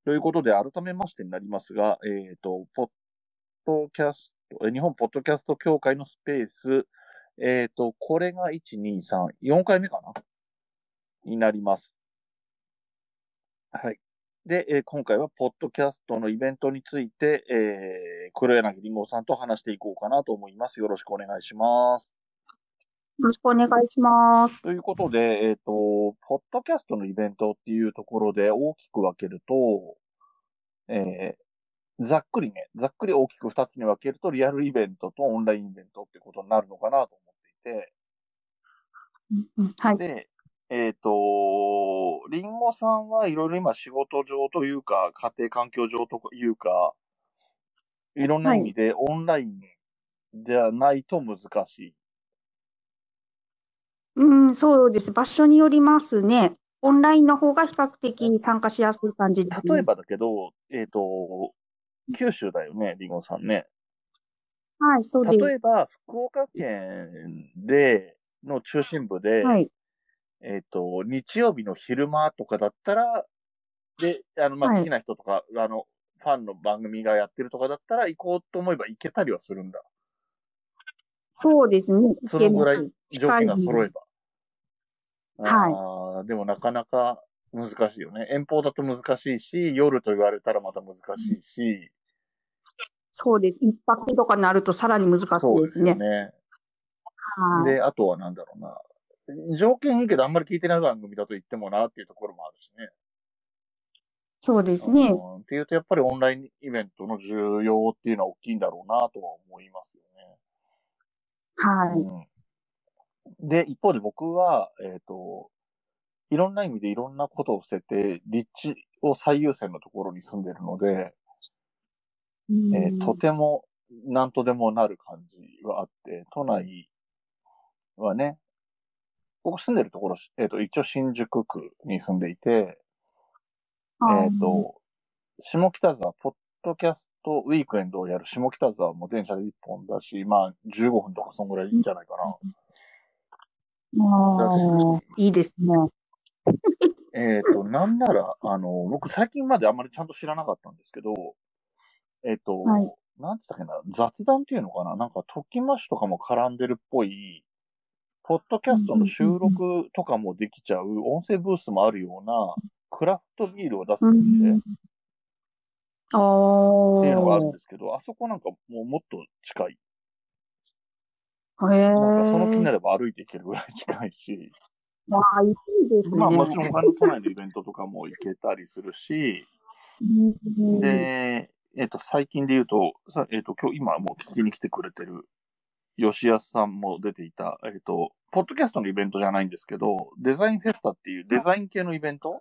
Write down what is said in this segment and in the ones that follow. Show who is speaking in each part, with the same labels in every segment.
Speaker 1: ということで、改めましてになりますが、ポッドキャスト、日本ポッドキャスト協会のスペース、これが1、2、3、4回目かなになります。はい。で、今回はポッドキャストのイベントについて、黒柳りんごさんと話していこうかなと思います。よろしくお願いします。
Speaker 2: よろしくお願いします。
Speaker 1: ということで、ポッドキャストのイベントっていうところで大きく分けると、ざっくり大きく2つに分けると、リアルイベントとオンラインイベントってことになるのかなと思っていて、
Speaker 2: はい。
Speaker 1: で、りんごさんはいろいろ今仕事上というか、家庭環境上というか、いろんな意味でオンラインじゃないと難しい。
Speaker 2: そうです。場所によりますね。オンラインの方が比較的参加しやすい感じですね。
Speaker 1: 例えばだけど、九州だよね、りんごさんね。
Speaker 2: はい、そうです。
Speaker 1: 例えば、福岡県の中心部で、
Speaker 2: はい。
Speaker 1: 日曜日の昼間とかだったら、で、好
Speaker 2: はい。
Speaker 1: きな人とか、ファンの番組がやってるとかだったら、行こうと思えば行けたりはするんだ。
Speaker 2: そうですね。い
Speaker 1: そのぐらい
Speaker 2: けます。近い。
Speaker 1: 条件が揃えば。
Speaker 2: はい。
Speaker 1: でもなかなか難しいよね。遠方だと難しいし、夜と言われたらまた難しいし、
Speaker 2: そうです。一泊とかになるとさらに難し
Speaker 1: そうです
Speaker 2: いですね。
Speaker 1: よね。
Speaker 2: はい。
Speaker 1: で、あとはなんだろうな。条件いいけどあんまり聞いてない番組だと言ってもなっていうところもあるしね。
Speaker 2: そうですね。
Speaker 1: っていうとやっぱりオンラインイベントの重要っていうのは大きいんだろうなとは思いますよ
Speaker 2: はい。
Speaker 1: ね。で、一方で僕は、いろんな意味でいろんなことを捨てて、立地を最優先のところに住んでるので、
Speaker 2: う
Speaker 1: と
Speaker 2: ん。
Speaker 1: ても何とでもなる感じはあって、都内はね、僕住んでるところ、一応新宿区に住んでいて、
Speaker 2: あ
Speaker 1: えっ、
Speaker 2: ー
Speaker 1: と、下北沢、ポッドキャストウィークエンドをやる下北沢も電車で1本だし、まあ15分とかそんぐらいじゃないかな。だし、
Speaker 2: いいですね。
Speaker 1: なんなら、僕最近まであんまりちゃんと知らなかったんですけど、
Speaker 2: はい。
Speaker 1: なんつったっけな、雑談っていうのかななんか、トキマシとかも絡んでるっぽい、ポッドキャストの収録とかもできちゃう、音声ブースもあるような、クラフトビールを出すお店っ
Speaker 2: あ
Speaker 1: ていうのがあるん
Speaker 2: ー
Speaker 1: ですけど、あそこなんかもうもっと近い。
Speaker 2: へ
Speaker 1: なんかその気にな
Speaker 2: え。
Speaker 1: れば歩いていけるぐらい近いし、
Speaker 2: わあ、いいですね。
Speaker 1: まあもちろん他の都内のイベントとかも行けたりするし、
Speaker 2: うん。
Speaker 1: で、最近で言うと、今日今もう聞きに来てくれてる吉安さんも出ていた、ポッドキャストのイベントじゃないんですけど、デザインフェスタっていうデザイン系のイベント。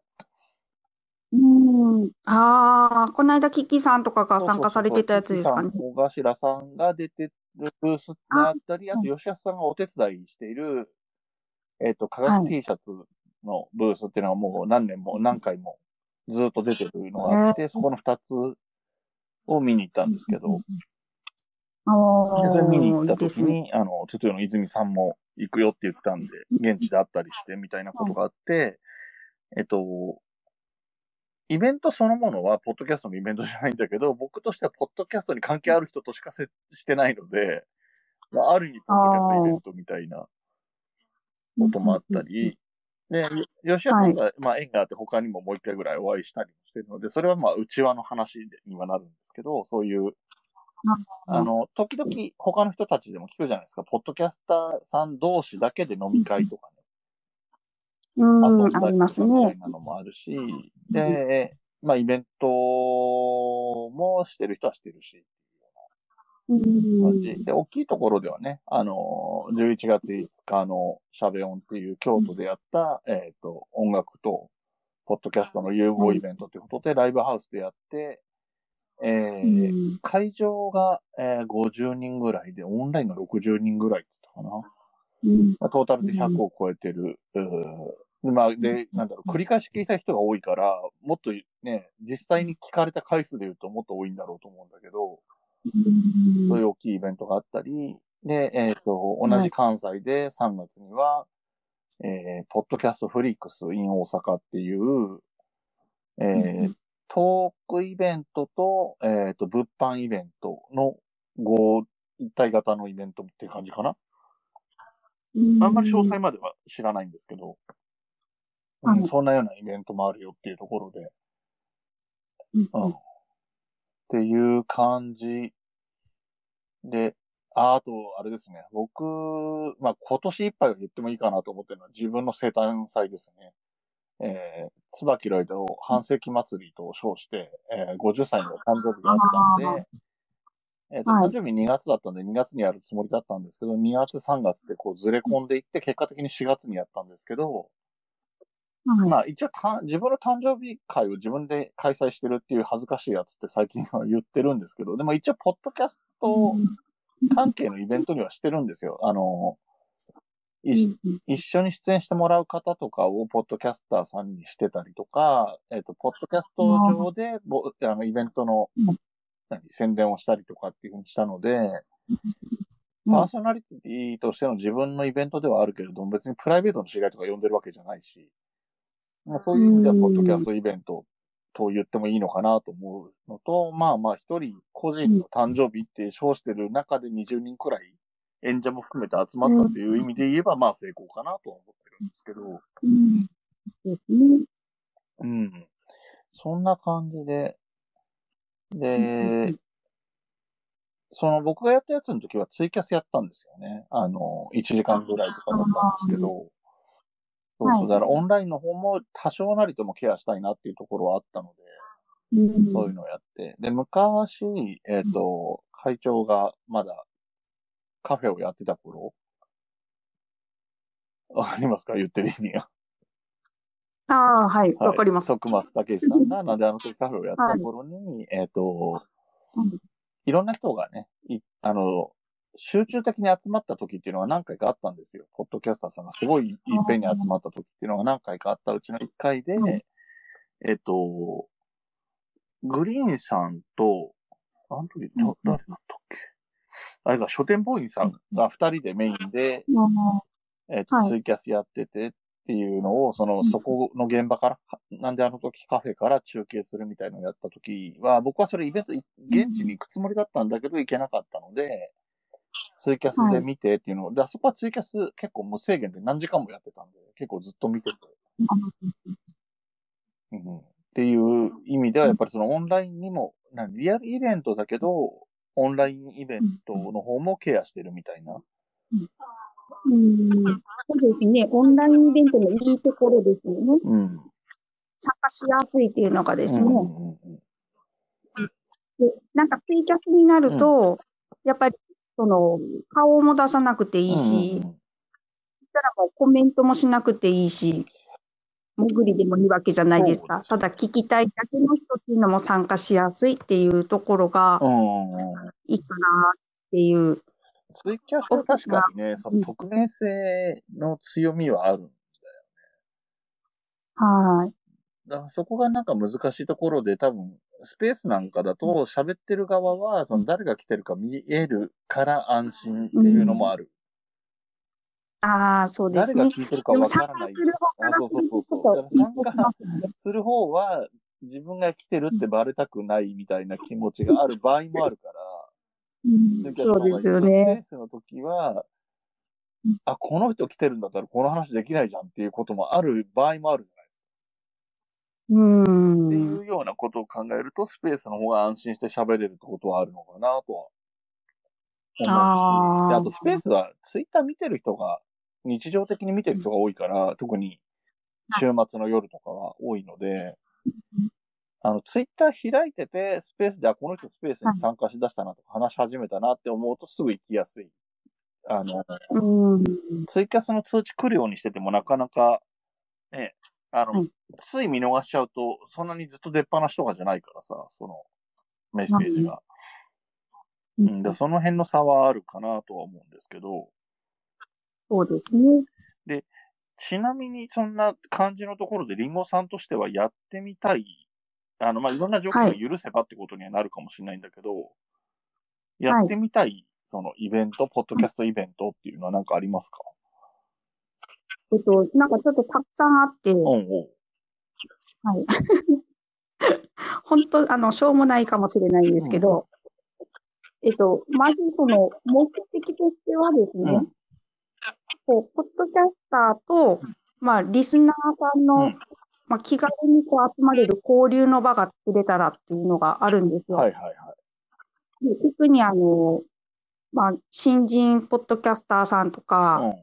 Speaker 2: ああ、この間、キキさんとかが
Speaker 1: そう
Speaker 2: 参
Speaker 1: そうそうそう、
Speaker 2: 加されてたや
Speaker 1: キキさん、
Speaker 2: つですかね。
Speaker 1: 小頭さんが出てるブースがあったり、あと吉安さんがお手伝いしている、科学
Speaker 2: はい。
Speaker 1: T シャツのブースっていうのがもう何年も何回もずっと出てるのがあっ
Speaker 2: え
Speaker 1: て、そこの2つを見に行ったんですけど、で、それ見に行っ
Speaker 2: おー、いい
Speaker 1: た
Speaker 2: ですね。
Speaker 1: 時に、トゥトゥの泉さんも行くよって言ったんで、現地で会ったりしてみたいなこと
Speaker 2: はい。
Speaker 1: があって、えっと、イベントそのものは、ポッドキャストのイベントじゃないんだけど、僕としては、ポッドキャストに関係ある人としか接してないので、まあ、ある意味、
Speaker 2: あ
Speaker 1: ポッドキャストイベン
Speaker 2: あ、
Speaker 1: トみたいな
Speaker 2: うんうん
Speaker 1: こともあっ
Speaker 2: うんうん。
Speaker 1: たり、で、吉田さ
Speaker 2: はい。
Speaker 1: んが、まあ、縁があって他にももう一回ぐらいお会いしたりもしてるので、それはまあ、内輪の話にはなるんですけど、そういう、時々他の人たちでも聞くじゃないですか、ポッドキャスターさん同士だけで飲み会とかね、遊ん
Speaker 2: あり
Speaker 1: だりと
Speaker 2: ますね。
Speaker 1: かみたいなのもあるし、で、まあ、イベントもしてる人はしてるし、
Speaker 2: うん。
Speaker 1: 感じ。で、大きいところではね、11月5日のシャベオンっていう京都でやった、音楽と、ポッドキャストの融
Speaker 2: はい。
Speaker 1: 合イベントということで、ライブハウスでやって、
Speaker 2: うん。
Speaker 1: 会場が、50人ぐらいで、オンラインが60人ぐらいって言ったかな。
Speaker 2: うん。
Speaker 1: まあ、トータルで100
Speaker 2: うん。
Speaker 1: を超えてる。まあ、で、なんだろう、繰り返し聞いた人が多いから、もっとね、実際に聞かれた回数で言うともっと多いんだろうと思うんだけど、そういう大きいイベントがあったり、で、同
Speaker 2: はい。
Speaker 1: じ関西で3月には、ポッドキャストフリークス in 大阪っていう、えートークイベントと、物販イベントの合体型のイベントっていう感じかな。あんまり詳細までは知らないんですけど、そんなようなイベントもあるよっていうところで、っていう感じで、あと、あれですね。僕、まあ、今年いっぱいは言ってもいいかなと思ってるのは自分の生誕祭ですね。椿ライドを半世紀祭りと称して、50歳の誕生日があったので、誕生日2月だったんで2月にやるつもりだったんですけど、2月3月ってこうずれ込んでいって、結果的に4月にやったんですけど、まあ一応自分の誕生日会を自分で開催してるっていう恥ずかしいやつって最近は言ってるんですけど、でも一応ポッドキャスト関係のイベントにはしてるんですよ。一緒に出演してもらう方とかをポッドキャスターさんにしてたりとか、ポッドキャスト上でイベントの宣伝をしたりとかっていうふうにしたので、パーソナリティとしての自分のイベントではあるけれども、別にプライベートの知り合いとか呼んでるわけじゃないし、まあ、そういう意味では、ポッドキャストイベントと言ってもいいのかなと思うのと、まあまあ、一人個人の誕生日って称してる中で20人くらい演者も含めて集まったっていう意味で言えば、まあ成功かなとは思ってるんですけど。そんな感じで、で、その僕がやったやつの時はツイキャスやったんですよね。1時間ぐらいとかだったんですけど、だからオンラインの方も多少なりともケアしたいなっていうところはあったので、そういうのをやって。で、昔、会長がまだカフェをやってた頃、わかりますか言ってる意味が。
Speaker 2: はい、わかります。
Speaker 1: 徳松武さんがなんであの時カフェをやってた頃に、いろんな人がね、集中的に集まった時っていうのが何回かあったんですよ。ポッドキャスターさんがすごいいっぺんに集まった時っていうのが何回かあったうちの1回で、グリーンさんと、誰だったっけあれが書店ボーインさんが2人でメインで、ツイキャスやっててっていうのを、そこの現場から、なんであの時カフェから中継するみたいなのをやった時は、僕はそれイベント、現地に行くつもりだったんだけど行けなかったので、ツイキャスで見てっていうのを、あそこはツイキャス結構無制限で何時間もやってたんで、結構ずっと見てて。っていう意味では、やっぱりそのオンラインにも、リアルイベントだけど、オンラインイベントの方もケアしてるみたいな。
Speaker 2: そうですね。オンラインイベントのいいところですよね。参加しやすいっていうのがですね。なんかツイキャスになると、やっぱり顔も出さなくていいし、たらもうコメントもしなくていいし、潜りでもいいわけじゃないですか。ただ聞きたいだけの人っていうのも参加しやすいっていうところがいいかなっていう。
Speaker 1: ツイキャスは確かにね、その匿名性の強みはあるんだよね。
Speaker 2: はい。
Speaker 1: だからそこがなんか難しいところで、多分、スペースなんかだと喋ってる側は、その誰が来てるか見えるから安心っていうのもある。
Speaker 2: そうですね。
Speaker 1: 誰が聞いてるかわからない。参加する方は、自分が来てるってバレたくないみたいな気持ちがある場合もあるから、
Speaker 2: そうですよね。
Speaker 1: スペースの時は、この人来てるんだったらこの話できないじゃんっていうこともある場合もあるじゃないですか。っていうようなことを考えると、スペースの方が安心して喋れるってことはあるのかなとは思うし、あとスペースはツイッター見てる人が、日常的に見てる人が多いから、特に週末の夜とかは多いので、ツイッター開いてて、スペースで、この人スペースに参加しだしたなとか話し始めたなって思うとすぐ行きやすい。ツイキャスの通知来るようにしててもなかなか、ね、つい見逃しちゃうと、そんなにずっと出っ放しとかじゃないからさ、そのメッセージが。でその辺の差はあるかなとは思うんですけど。
Speaker 2: そうですね。
Speaker 1: で、ちなみにそんな感じのところで、リンゴさんとしてはやってみたい、いろんな条件が許せばってことにはなるかもしれないんだけど、やってみたい、そのイベント、ポッドキャストイベントっていうのは何かありますか？
Speaker 2: なんかちょっとたくさんあって、はい。 本当、しょうもないかもしれないんですけど、まずその目的としてはですね、ポッドキャスターと、リスナーさんの、気軽に集まれる交流の場が作れたらっていうのがあるんですよ。で特に新人ポッドキャスターさんとか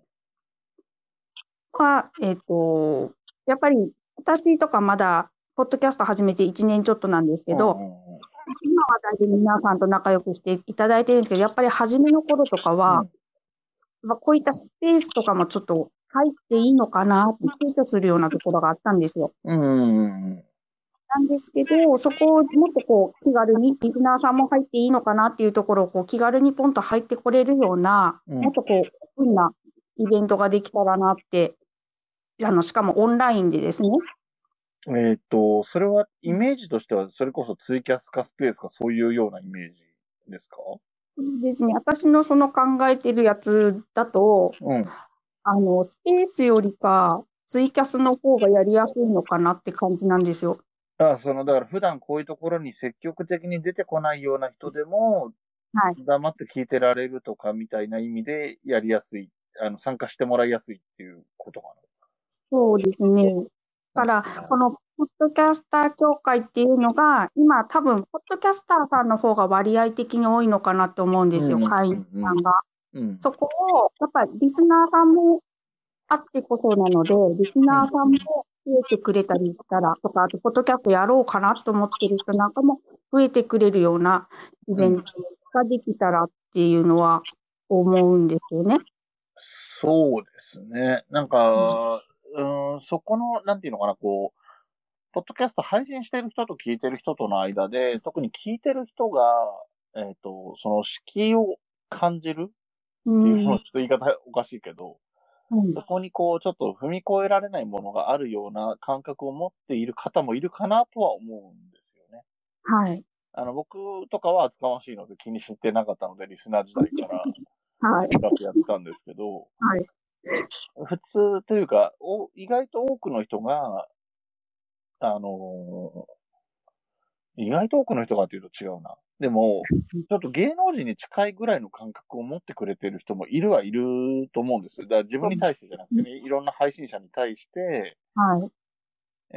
Speaker 2: は、やっぱり私とかまだ、ポッドキャスト始めて1年ちょっとなんですけど、今は大体皆さんと仲良くしていただいてるんですけど、やっぱり初めの頃とかは、こういったスペースとかもちょっと入っていいのかなって躊躇するようなところがあったんですよ。なんですけど、そこをもっと気軽に、リスナーさんも入っていいのかなっていうところを気軽にポンと入ってこれるような、もっとオープンなイベントができたらなって、しかもオンラインでですね。
Speaker 1: それはイメージとしては、それこそツイキャスかスペースかそういうようなイメージですか？
Speaker 2: そうですね。私のその考えてるやつだと、スペースよりか、ツイキャスの方がやりやすいのかなって感じなんですよ。
Speaker 1: だから普段こういうところに積極的に出てこないような人でも、黙って聞いてられるとかみたいな意味でやりやすい、参加してもらいやすいっていうことかな。
Speaker 2: そうですね。だから、このポッドキャスター協会っていうのが、今多分、ポッドキャスターさんの方が割合的に多いのかなと思うんですよ、会員さんが。そこを、やっぱりリスナーさんもあってこそなので、リスナーさんも増えてくれたりしたらとか、あと、ポッドキャストやろうかなと思ってる人なんかも増えてくれるようなイベントができたらっていうのは思うんですよね。
Speaker 1: そうですね。なんか、そこの、なんていうのかな、ポッドキャスト配信してる人と聞いてる人との間で、特に聞いてる人が、その敷居を感じるっていうのはちょっと言い方おかしいけど、そこにちょっと踏み越えられないものがあるような感覚を持っている方もいるかなとは思うんですよね。
Speaker 2: はい。
Speaker 1: 僕とかは厚かましいので気にしてなかったので、リスナー時代から
Speaker 2: はい。
Speaker 1: 生活やってたんですけど、
Speaker 2: はい。
Speaker 1: 普通というか、意外と多くの人が、あの意外と多くの人がっていうと違うな。でも、ちょっと芸能人に近いぐらいの感覚を持ってくれてる人もいるはいると思うんですよ。だから自分に対してじゃなくてね、いろんな配信者に対して、
Speaker 2: はい。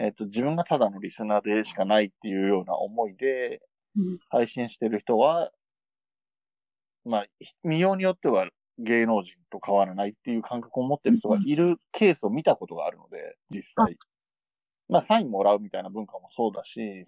Speaker 1: 自分がただのリスナーでしかないっていうような思いで
Speaker 2: うん
Speaker 1: 配信してる人は、見ようによっては芸能人と変わらないっていう感覚を持ってる人がいるケースを見たことがあるので、実際。サインもらうみたいな文化もそうだし、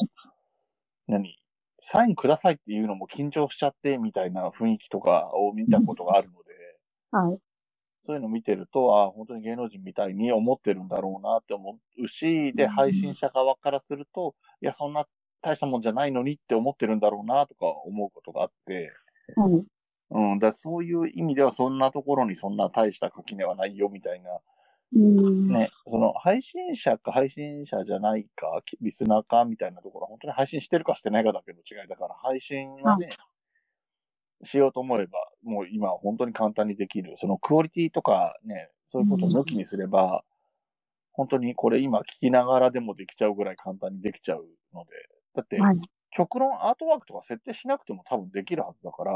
Speaker 1: サインくださいっていうのも緊張しちゃってみたいな雰囲気とかを見たことがあるので、
Speaker 2: はい。
Speaker 1: そういうのを見てると、本当に芸能人みたいに思ってるんだろうなって思うし、で、配信者側からすると、いや、そんな大したもんじゃないのにって思ってるんだろうなとか思うことがあって、そういう意味ではそんなところにそんな大した垣根はないよみたいな、ね、その配信者か配信者じゃないか、リスナーかみたいなところは本当に配信してるかしてないかだけの違いだから、配信はね、しようと思えば、もう今は本当に簡単にできる。そのクオリティとかね、そういうことを抜きにすれば、本当にこれ今聞きながらでもできちゃうぐらい簡単にできちゃうので。だって、極論アートワークとか設定しなくても多分できるはずだから、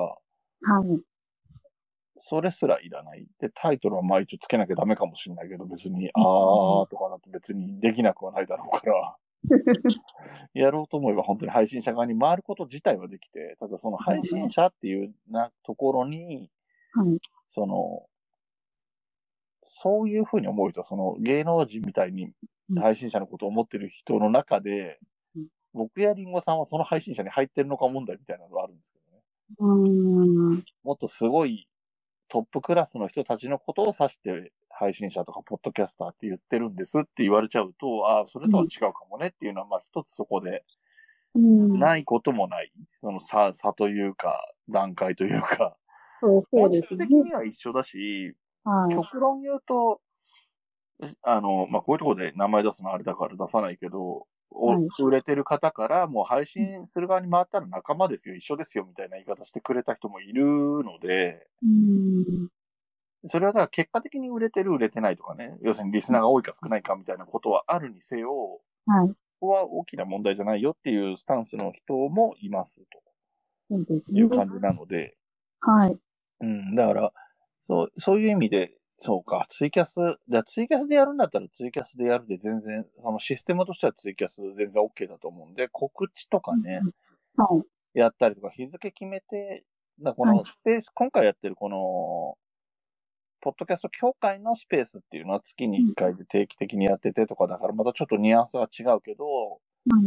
Speaker 1: それすらいらない。で、タイトルは一応つけなきゃダメかもしれないけど、別に、とかだと別にできなくはないだろうから、やろうと思えば本当に配信者側に回ること自体はできて、ただその配信者っていうところに、そういうふうに思う人は、その芸能人みたいに配信者のことを思ってる人の中で、僕やリンゴさんはその配信者に入ってるのか問題みたいなのがあるんですけどね。もっとすごいトップクラスの人たちのことを指して配信者とかポッドキャスターって言ってるんですって言われちゃうと、それとは違うかもねっていうのは、一つそこで、ないこともない。その差というか、段階というか、本質的には一緒だし、極論言うと、こういうところで名前出すのあれだから出さないけど、売れてる方からもう配信する側に回ったら仲間ですよ、一緒ですよみたいな言い方してくれた人もいるので、それはだから結果的に売れてる売れてないとかね、要するにリスナーが多いか少ないかみたいなことはあるにせよ、 こは大きな問題じゃないよっていうスタンスの人もいます
Speaker 2: そうですね。
Speaker 1: という感じなので、
Speaker 2: はい。
Speaker 1: だから、そういう意味で、そうか、ツイキャスでやるんだったらツイキャスでやるで全然、そのシステムとしてはツイキャス全然 OK だと思うんで、告知とかね、
Speaker 2: はい。
Speaker 1: やったりとか、日付決めて、こ
Speaker 2: はい
Speaker 1: のスペース、今回やってるこの、ポッドキャスト協会のスペースっていうのは月に1回で定期的にやっててとかだから、またちょっとニュアンスは違うけど、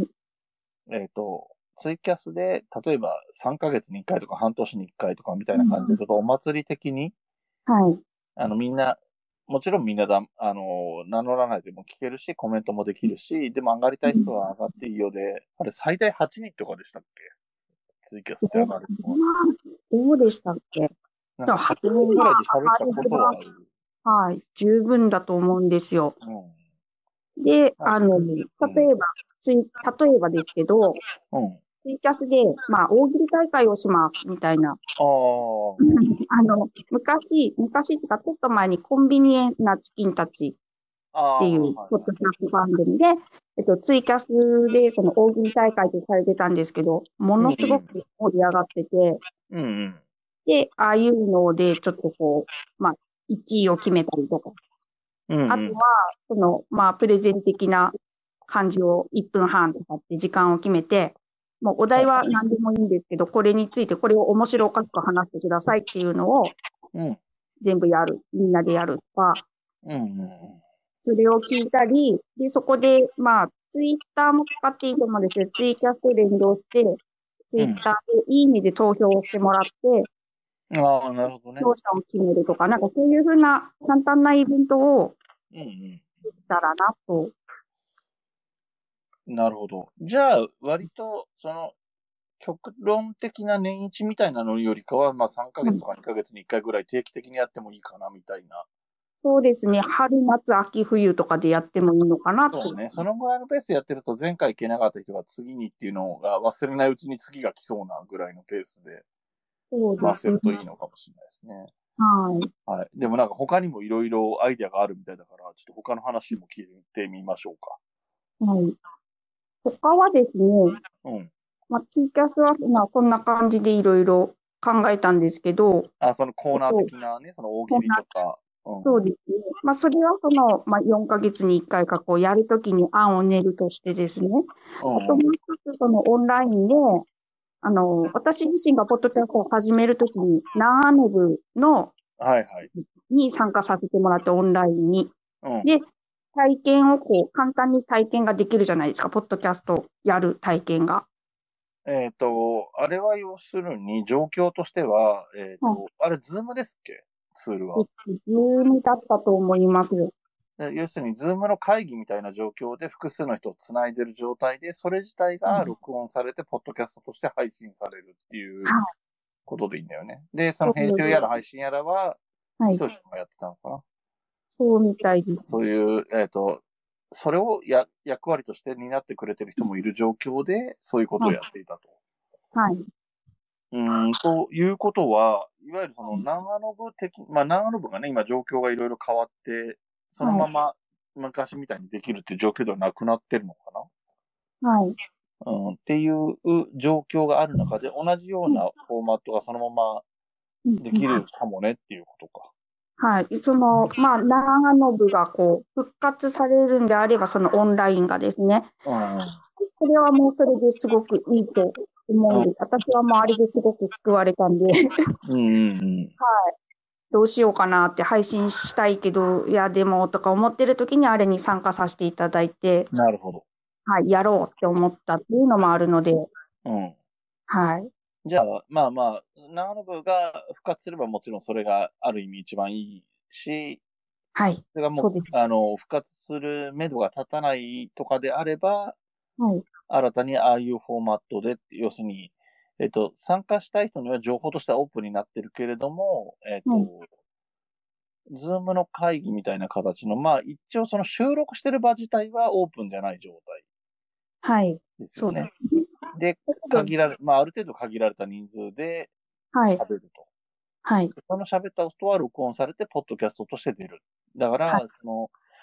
Speaker 1: ツイキャスで、例えば3ヶ月に1回とか半年に1回とかみたいな感じで、ちょっとお祭り的に、
Speaker 2: はい。
Speaker 1: みんな、もちろんみんな名乗らないでも聞けるし、コメントもできるし、でも上がりたい人は上がっていいようで、あれ最大8人とかでしたっけツイキャスって上がるのは。
Speaker 2: どうでしたっけ？
Speaker 1: なんか8人ぐらいで喋ったことはある。
Speaker 2: はい。十分だと思うんですよ。
Speaker 1: うん。
Speaker 2: で、例え
Speaker 1: うん。
Speaker 2: ば、例えばですけど、
Speaker 1: うん。
Speaker 2: ツイキャスで、まあ、大喜利大会をします、みたいな。
Speaker 1: ああ。
Speaker 2: 昔っていうか、ちょっと前にコンビニエンなチキンたちっていう、ポッドキャスト番組で、ツイキャスでその大喜利大会ってされてたんですけど、ものすごく盛り上がってて、
Speaker 1: うんうん。
Speaker 2: で、ああいうので、ちょっとこう、まあ、1位を決めたりとか、
Speaker 1: うんうん。
Speaker 2: あとは、まあ、プレゼン的な感じを1分半とかって時間を決めて、もうお題は何でもいいんですけど、これについて、これを面白おかしく話してくださいっていうのを
Speaker 1: うん
Speaker 2: 全部やる。みんなでやるとか、
Speaker 1: うんうん。
Speaker 2: それを聞いたり、で、そこで、まあ、ツイッターも使っていいと思うんですけど、ツイキャスと連動して、ツイッターでいいねで投票をしてもらって、
Speaker 1: ああ、なるほどね。
Speaker 2: 勝者を決めるとか、なんかそういうふうな簡単なイベントを
Speaker 1: うんうん。
Speaker 2: できたらなと。
Speaker 1: なるほど。じゃあ、割と、極論的な年一みたいなのよりかは、まあ3ヶ
Speaker 2: うん、
Speaker 1: 月とか2ヶ月に1回ぐらい定期的にやってもいいかな、みたいな。
Speaker 2: そうですね。春、夏、秋、冬とかでやってもいいのかなと。
Speaker 1: そうね。そのぐらいのペースでやってると、前回行けなかった人が次にっていうのが忘れないうちに次が来そうなぐらいのペースで回せ
Speaker 2: そうですね。
Speaker 1: るといいのかもしれないですね。
Speaker 2: はい。
Speaker 1: はい。でもなんか他にもいろいろアイデアがあるみたいだから、ちょっと他の話も聞いてみましょうか。
Speaker 2: はい。他はですね、
Speaker 1: うん。
Speaker 2: まあ、ツイキャスは、まあ、そんな感じでいろいろ考えたんですけど、
Speaker 1: そのコーナー的なね、その大喜
Speaker 2: こんな、
Speaker 1: 利とか。
Speaker 2: そうですね。まあ、それはまあ、4ヶ月に1回かこうやるときに案を練るとしてですね。あともう一つ、オンラインで、私自身がポッドキャストを始めるときに、長野部の、
Speaker 1: はいはい。
Speaker 2: に参加させてもらって、オンラインに。
Speaker 1: うん。
Speaker 2: で、体験を簡単に体験ができるじゃないですか、ポッドキャストやる体験が。
Speaker 1: あれは要するに状況としては、
Speaker 2: うん。
Speaker 1: あれ、ズームですっけツールは。
Speaker 2: ズームだったと思います。
Speaker 1: 要するに、ズームの会議みたいな状況で複数の人をつないでる状態で、それ自体が録音されて、ポッドキャストとして配信されるっていう
Speaker 2: はい。
Speaker 1: ことでいいんだよね。で、その編
Speaker 2: そうです。
Speaker 1: 集やら配信やらは、
Speaker 2: はい。
Speaker 1: ひとしがやってたのかな。
Speaker 2: そうみたいです。
Speaker 1: そういう、それを役割として担ってくれてる人もいる状況で、そういうことを
Speaker 2: はい。
Speaker 1: やっていたと。
Speaker 2: はい。
Speaker 1: ということは、いわゆるその長野部まあ長野部がね、今状況がいろいろ変わって、その
Speaker 2: はい。
Speaker 1: まま昔みたいにできるっていう状況ではなくなってるのか
Speaker 2: はい。
Speaker 1: な、っていう状況がある中で、同じようなフォーマットがそのまま
Speaker 2: うん
Speaker 1: でき
Speaker 2: うん。
Speaker 1: るかもねっていうことか。
Speaker 2: はい。まあ、長野部が復活されるんであれば、そのオンラインがですね、
Speaker 1: うん。
Speaker 2: それはもうそれですごくいいと思うんです。私はもうあれですごく救われたんで、
Speaker 1: うんうんうん。
Speaker 2: どうしようかなって配信したいけど、いや、でもとか思ってる時にあれに参加させていただいて、
Speaker 1: なるほど。
Speaker 2: はい、やろうって思ったっていうのもあるので、
Speaker 1: うん。
Speaker 2: はい。
Speaker 1: じゃあ、まあまあ、長野部が復活すればもちろんそれがある意味一番いいし、
Speaker 2: はい。
Speaker 1: それがもう、
Speaker 2: そうです。
Speaker 1: 復活する目処が立たないとかであれば、
Speaker 2: はい。
Speaker 1: 新たにああいうフォーマットで、要するに、参加したい人には情報としてはオープンになってるけれども、
Speaker 2: はい。
Speaker 1: ズームの会議みたいな形の、まあ一応その収録してる場自体はオープンじゃない状態
Speaker 2: はい。そうで
Speaker 1: ですよね。
Speaker 2: すね。
Speaker 1: で、
Speaker 2: だけど、
Speaker 1: まあある程度限られた人数で
Speaker 2: はい。
Speaker 1: 喋ると。
Speaker 2: はい。
Speaker 1: その喋った音は録音されて、ポッドキャストとして出る。だから、
Speaker 2: はい。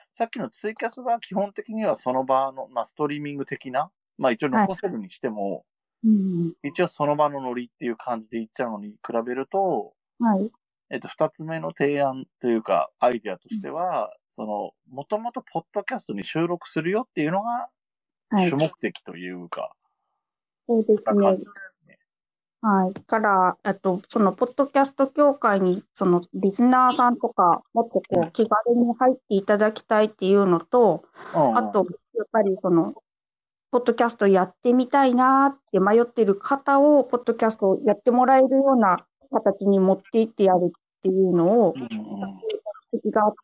Speaker 1: さっきのツイキャスは基本的にはその場の、ストリーミング的な、一応残せるにしても、一応その場のノリっていう感じで言っちゃうのに比べると、二つ目の提案というか、アイデアとしては、もともとポッドキャストに収録するよっていうのが、主目的というか、
Speaker 2: そうですね。はい。から、その、ポッドキャスト協会に、リスナーさんとか、もっと気軽に入っていただきたいっていうのと、あと、やっぱりポッドキャストやってみたいなって迷ってる方を、ポッドキャストをやってもらえるような形に持っていってやるっていうのを、目的があって。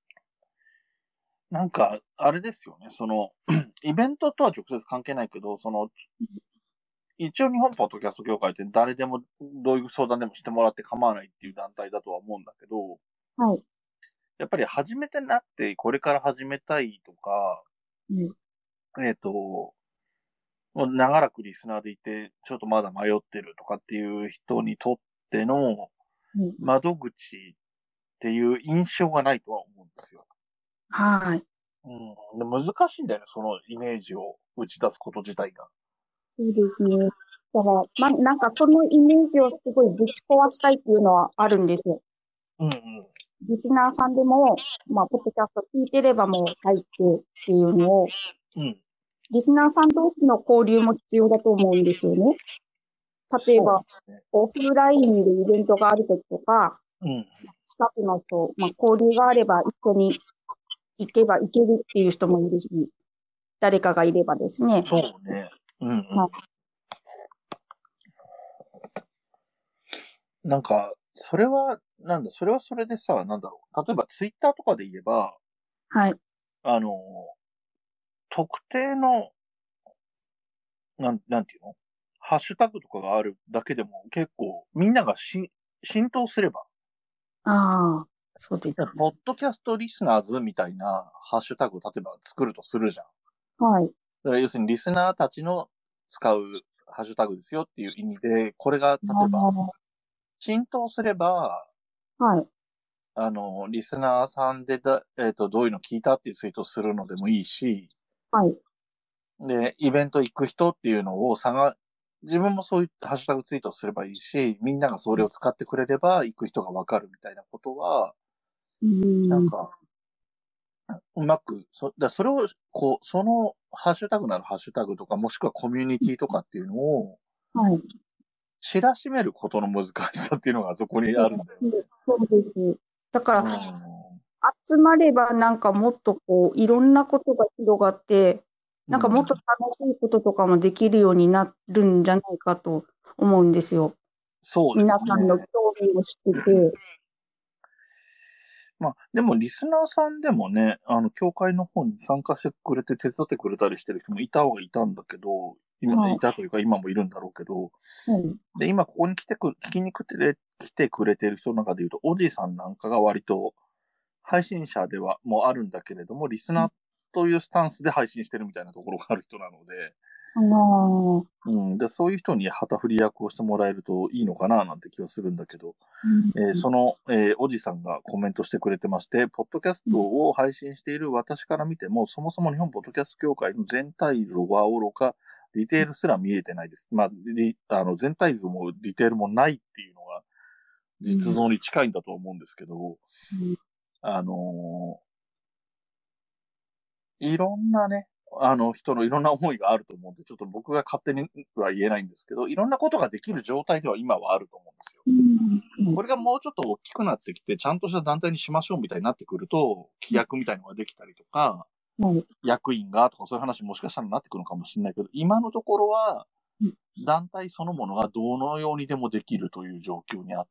Speaker 1: なんか、あれですよね、イベントとは直接関係ないけど、一応日本ポッドキャスト協会って誰でもどういう相談でもしてもらって構わないっていう団体だとは思うんだけど、やっぱり始めてなくて、これから始めたいとか、もう長らくリスナーでいて、ちょっとまだ迷ってるとかっていう人にとっての窓口っていう印象がないとは思うんですよ。
Speaker 2: はい。
Speaker 1: で難しいんだよね、そのイメージを打ち出すこと自体が。
Speaker 2: そうですね。だから、なんかそのイメージをすごいぶち壊したいっていうのはあるんですよ。リスナーさんでも、ポッドキャスト聞いてればもう入ってっていうのを、リスナーさん同士の交流も必要だと思うんですよね。例えば、オフラインでイベントがあるときとか、近くの人、交流があれば一緒に行けば行けるっていう人もいるし、誰かがいればですね。
Speaker 1: そうね。なんか、それはそれでさ、例えばツイッターとかで言えば、特定の、なんていうのハッシュタグとかがあるだけでも結構みんなが浸透すれば。
Speaker 2: そうです。
Speaker 1: ポッドキャストリスナーズみたいなハッシュタグを例えば作るとするじゃん。だから要するにリスナーたちの使うハッシュタグですよっていう意味で、これが例えば浸透すれば、リスナーさんでどういうの聞いたっていうツイートするのでもいいし、で、イベント行く人っていうのを自分もそういうハッシュタグツイートすればいいし、みんながそれを使ってくれれば行く人がわかるみたいなことは、なんか、うまく、それを、そのハッシュタグならハッシュタグとか、もしくはコミュニティとかっていうのを、知らしめることの難しさっていうのがあそこにあるんだよね。
Speaker 2: そうです。だから、集まればなんかもっといろんなことが広がって、なんかもっと楽しいこととかもできるようになるんじゃないかと思うんですよ。
Speaker 1: そうですね。
Speaker 2: 皆さんの興味を知ってて。
Speaker 1: でもリスナーさんでもね、協会の方に参加してくれて手伝ってくれたりしてる人もいたんだけど、今、いたというか今もいるんだろうけど、で、今ここに聞きに来てくれてる人の中で言うと、おじいさんなんかが割と配信者ではもうあるんだけれども、リスナーというスタンスで配信してるみたいなところがある人なので、で、そういう人に旗振り役をしてもらえるといいのかななんて気はするんだけど、おじさんがコメントしてくれてまして、ポッドキャストを配信している私から見ても、そもそも日本ポッドキャスト協会の全体像は愚か、ディテールすら見えてないです。全体像もディテールもないっていうのが実像に近いんだと思うんですけど、いろんなね、人のいろんな思いがあると思うんで、ちょっと僕が勝手には言えないんですけど、いろんなことができる状態では今はあると思うんですよ。これがもうちょっと大きくなってきて、ちゃんとした団体にしましょうみたいになってくると、規約みたいのができたりとか、役員がとかそういう話もしかしたらなってくるのかもしれないけど、今のところは、団体そのものがどのようにでもできるという状況にあって、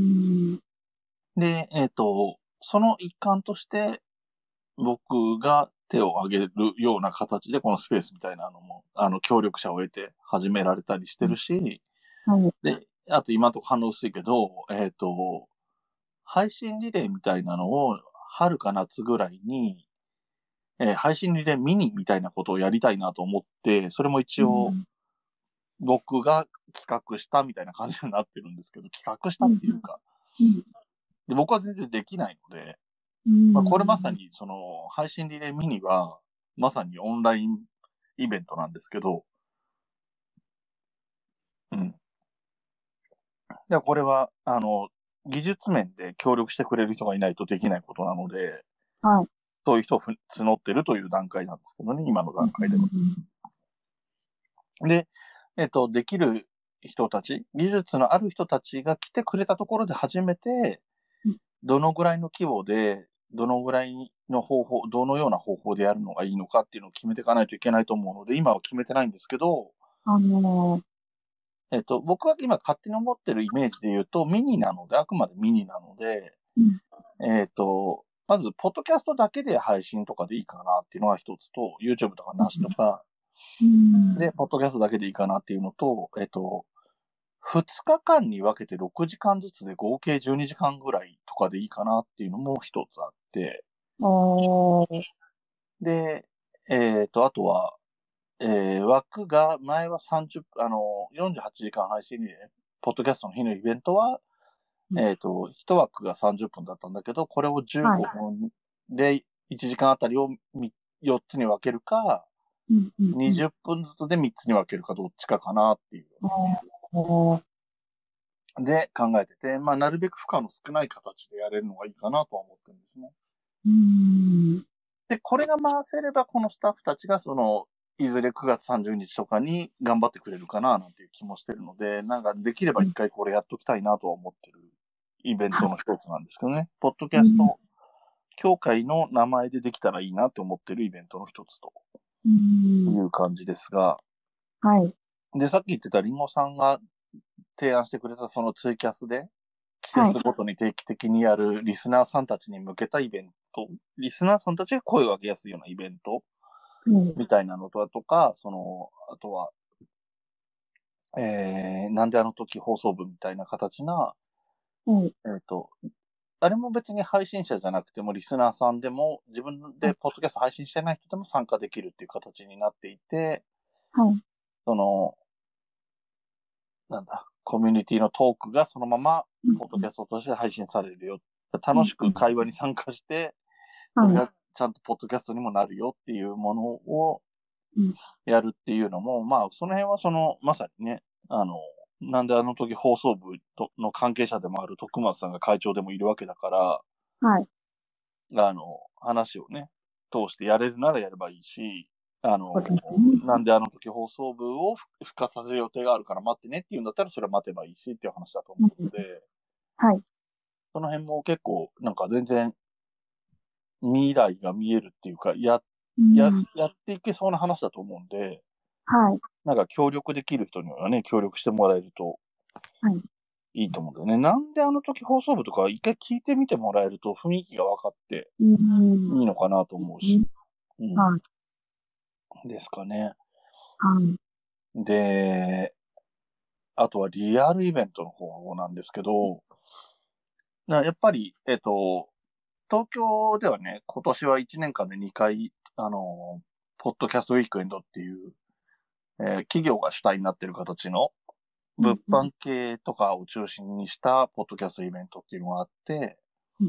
Speaker 1: で、その一環として、僕が手を挙げるような形で、このスペースみたいなのも、協力者を得て始められたりしてるし、で、あと今のところ反応薄いけど、配信リレーみたいなのを、春か夏ぐらいに、配信リレーミニみたいなことをやりたいなと思って、それも一応、僕が企画したみたいな感じになってるんですけど、企画したっていうか、で僕は全然できないので、 まあ、これまさに、その、配信リレーミニは、まさにオンラインイベントなんですけど、うん。で、これは、技術面で協力してくれる人がいないとできないことなので、
Speaker 2: はい。
Speaker 1: そういう人を募ってるという段階なんですけどね、今の段階では。で、できる人たち、技術のある人たちが来てくれたところで初めて、どのぐらいの規模で、どのぐらいの方法、どのような方法でやるのがいいのかっていうのを決めていかないといけないと思うので、今は決めてないんですけど、僕は今勝手に思ってるイメージで言うと、ミニなので、あくまでミニなので、まず、ポッドキャストだけで配信とかでいいかなっていうのが一つと、YouTube とかなしとか、で、ポッドキャストだけでいいかなっていうのと、2日間に分けて6時間ずつで合計12時間ぐらいとかでいいかなっていうのも一つあって、で、あとは、枠が、前は48時間配信で、ポッドキャストの日のイベントは、1枠が30分だったんだけど、これを15分で1時間あたりを4つに分けるか、20分ずつで3つに分けるかどっちかかなっていう。で考えてて、まあ、なるべく負荷の少ない形でやれるのがいいかなとは思ってるんですね。で、これが回せれば、このスタッフたちが、いずれ9月30日とかに頑張ってくれるかな、なんていう気もしてるので、なんかできれば一回これやっときたいなとは思ってるイベントの一つなんですけどね。ポッドキャスト協会の名前でできたらいいなって思ってるイベントの一つという感じですが、
Speaker 2: はい。
Speaker 1: で、さっき言ってたリンゴさんが提案してくれたそのツイキャスで、季節ごとに定期的にやるリスナーさんたちに向けたイベント、リスナーさんたちが声を上げやすいようなイベントみたいなのとか、あとは、なんであの時放送部みたいな形な、あれも別に配信者じゃなくてもリスナーさんでも自分でポッドキャスト配信してない人でも参加できるっていう形になっていて、コミュニティのトークがそのままポッドキャストとして配信されるよ。楽しく会話に参加して、それがちゃんとポッドキャストにもなるよっていうものをやるっていうのも、まあ、その辺はまさにね、なんであの時放送部の関係者でもある徳松さんが会長でもいるわけだから、話をね、通してやれるならやればいいし、なんであの時放送部を復活させる予定があるから待ってねっていうんだったらそれは待てばいいしっていう話だと思うので、その辺も結構なんか全然未来が見えるっていうか、やっていけそうな話だと思うんで、なんか協力できる人にはね、協力してもらえるといいと思うんだよね。なんであの時放送部とか一回聞いてみてもらえると雰囲気が分かっていいのかなと思うし。ですかね。で、あとはリアルイベントの方なんですけど、やっぱり、東京ではね、今年は1年間で2回、ポッドキャストウィークエンドっていう、企業が主体になっている形の、物販系とかを中心にしたポッドキャストイベントっていうのがあって、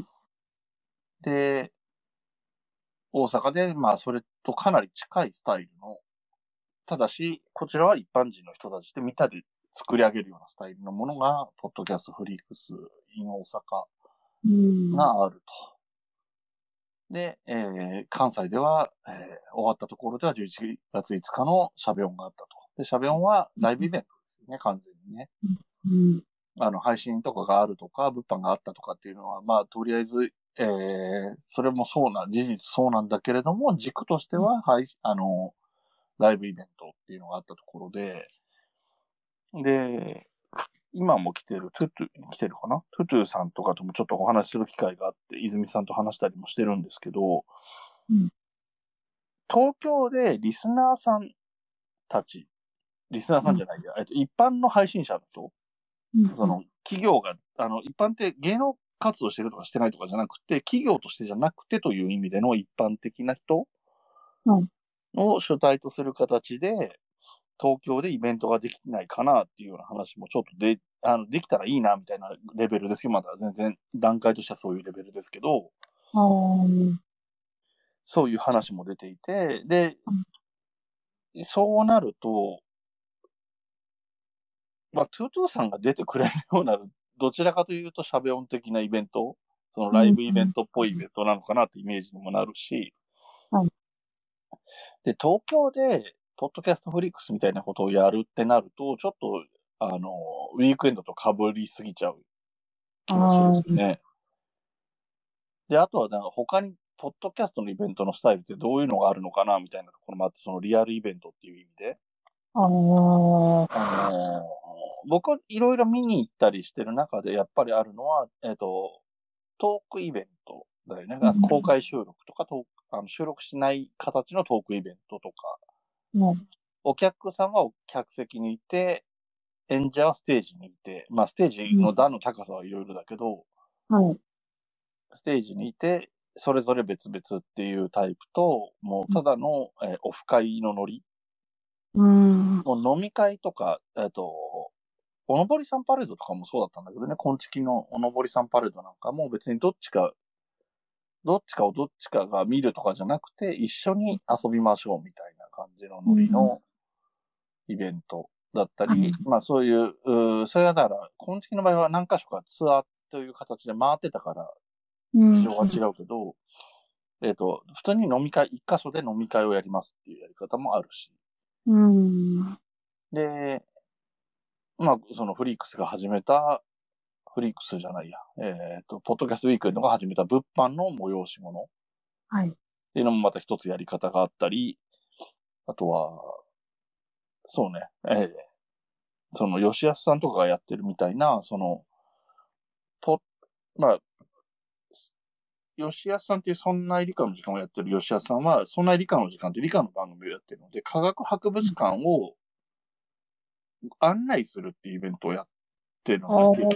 Speaker 1: で、大阪で、まあ、それとかなり近いスタイルの、ただし、こちらは一般人の人たちでみんなで作り上げるようなスタイルのものが、ポッドキャストフリークス in 大阪があると。で、関西では、終わったところでは11月5日のシャベオンがあったと。で、シャベオンはライブイベントですよね、完全にね。配信とかがあるとか、物販があったとかっていうのは、まあ、とりあえず、それも事実そうなんだけれども、軸としては、ライブイベントっていうのがあったところで、で、今も来てるかなトゥトゥさんとかともちょっとお話しする機会があって、泉さんと話したりもしてるんですけど、東京でリスナーさんたち、リスナーさんじゃないや、一般の配信者だと、企業が、一般って芸能活動してるとかしてないとかじゃなくて、企業としてじゃなくてという意味での一般的な人を主体とする形で、東京でイベントができないかなっていうような話もちょっとできたらいいなみたいなレベルですよ。まだ全然段階としてはそういうレベルですけど、 そういう話も出ていて、で、そうなると、まあ、トゥートゥーさんが出てくれるような、どちらかというと、シャベオン的なイベント、そのライブイベントっぽいイベントなのかなってイメージにもなるし、で、東京で、ポッドキャストフリックスみたいなことをやるってなると、ちょっと、ウィークエンドと被りすぎちゃう気がするんですよね。で、あとは、なんか他に、ポッドキャストのイベントのスタイルってどういうのがあるのかなみたいなところもあって、そのリアルイベントっていう意味で。僕いろいろ見に行ったりしてる中でやっぱりあるのは、トークイベントだよね。公開収録とか収録しない形のトークイベントとか。お客さんは客席にいて、演者はステージにいて、まあステージの段の高さはいろいろだけど、ステージにいて、それぞれ別々っていうタイプと、もうただの、オフ会のノリ。もう飲み会とか、おのぼりさんパレードとかもそうだったんだけどね、今月のおのぼりさんパレードなんかも別にどっちかをどっちかが見るとかじゃなくて、一緒に遊びましょうみたいな感じのノリのイベントだったり、まあそういう、それはだから、今月の場合は何箇所かツアーという形で回ってたから、事情が違うけど、普通に飲み会、一箇所で飲み会をやりますっていうやり方もあるし。で、まあ、そのフリークスが始めた、フリークスじゃないや、ポッドキャストウィークエンドが始めた物販の催し物。っていうのもまた一つやり方があったり、あとは、そうね、その吉安さんとかがやってるみたいな、その、まあ、吉安さんっていうそんな理科の時間をやってる吉安さんは、そんな理科の時間って理科の番組をやってるので、科学博物館を案内するっていうイベントをやってるので、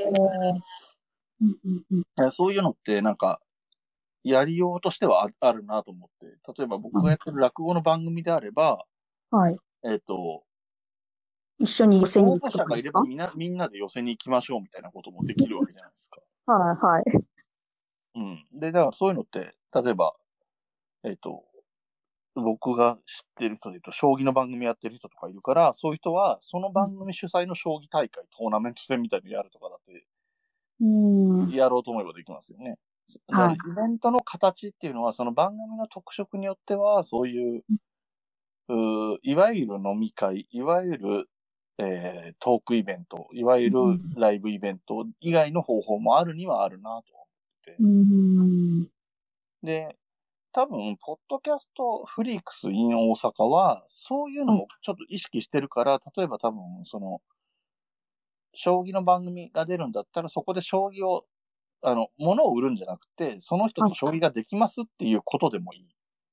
Speaker 1: そういうのってなんか、やりようとしてはあるなと思って、例えば僕がやってる落語の番組であれば、
Speaker 2: 一緒に寄せに行く
Speaker 1: 応募者がいればみんなで寄せに行きましょうみたいなこともできるわけじゃないですか。で、だからそういうのって、例えば、僕が知ってる人で言うと、将棋の番組やってる人とかいるから、そういう人は、その番組主催の将棋大会、トーナメント戦みたいにやるとかだって、やろうと思えばできますよね。だからイベントの形っていうのは、その番組の特色によっては、そういう、いわゆる飲み会、いわゆる、トークイベント、いわゆるライブイベント以外の方法もあるにはあるなと思って。で、多分、ポッドキャストフリークス in 大阪は、そういうのをちょっと意識してるから、例えば多分、その、将棋の番組が出るんだったら、そこで将棋を、物を売るんじゃなくて、その人と将棋ができますっていうことでもいい。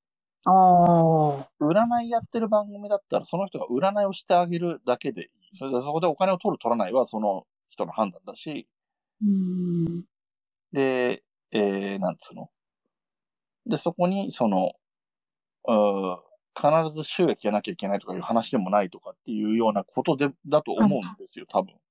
Speaker 1: 占いやってる番組だったら、その人が占いをしてあげるだけでいい。そこでお金を取る取らないはその人の判断だし、で、なんつうの。で、そこに、その、必ず収益がなきゃいけないとかいう話でもないとかっていうようなことだと思うんですよ、多分。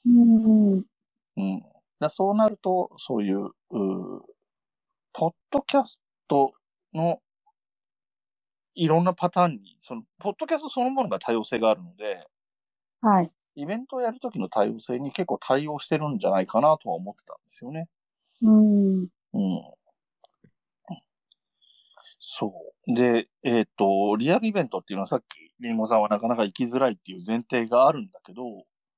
Speaker 1: そうなると、そういう、ポッドキャストのいろんなパターンに、その、ポッドキャストそのものが多様性があるので、イベントをやるときの多様性に結構対応してるんじゃないかなとは思ってたんですよね。そう。で、リアルイベントっていうのはさっき、リンゴさんはなかなか行きづらいっていう前提があるんだけど、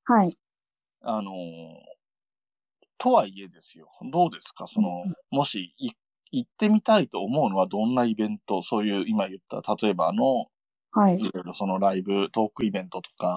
Speaker 1: とはいえですよ。どうですかその、もし行ってみたいと思うのはどんなイベント、そういう今言った、例えばいろいろそのライブ、トークイベントとか、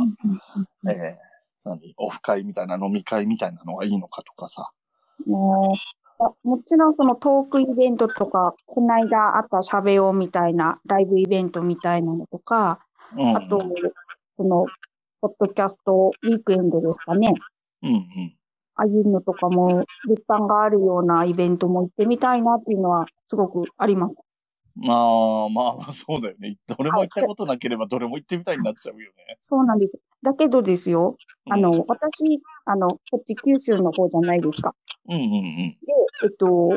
Speaker 1: オフ会みたいな飲み会みたいなのがいいのかとかさ。
Speaker 2: もちろんそのトークイベントとか、この間あったしゃべおみたいなライブイベントみたいなのとか、あと、その、ポッドキャストウィークエンドですかね。ああいうのとかも、物販があるようなイベントも行ってみたいなっていうのはすごくあります。
Speaker 1: まあ、そうだよね。どれも行ったことなければどれも行ってみたいになっちゃうよね。
Speaker 2: そうなんです。だけどですよ、私、こっち九州の方じゃないですか。で、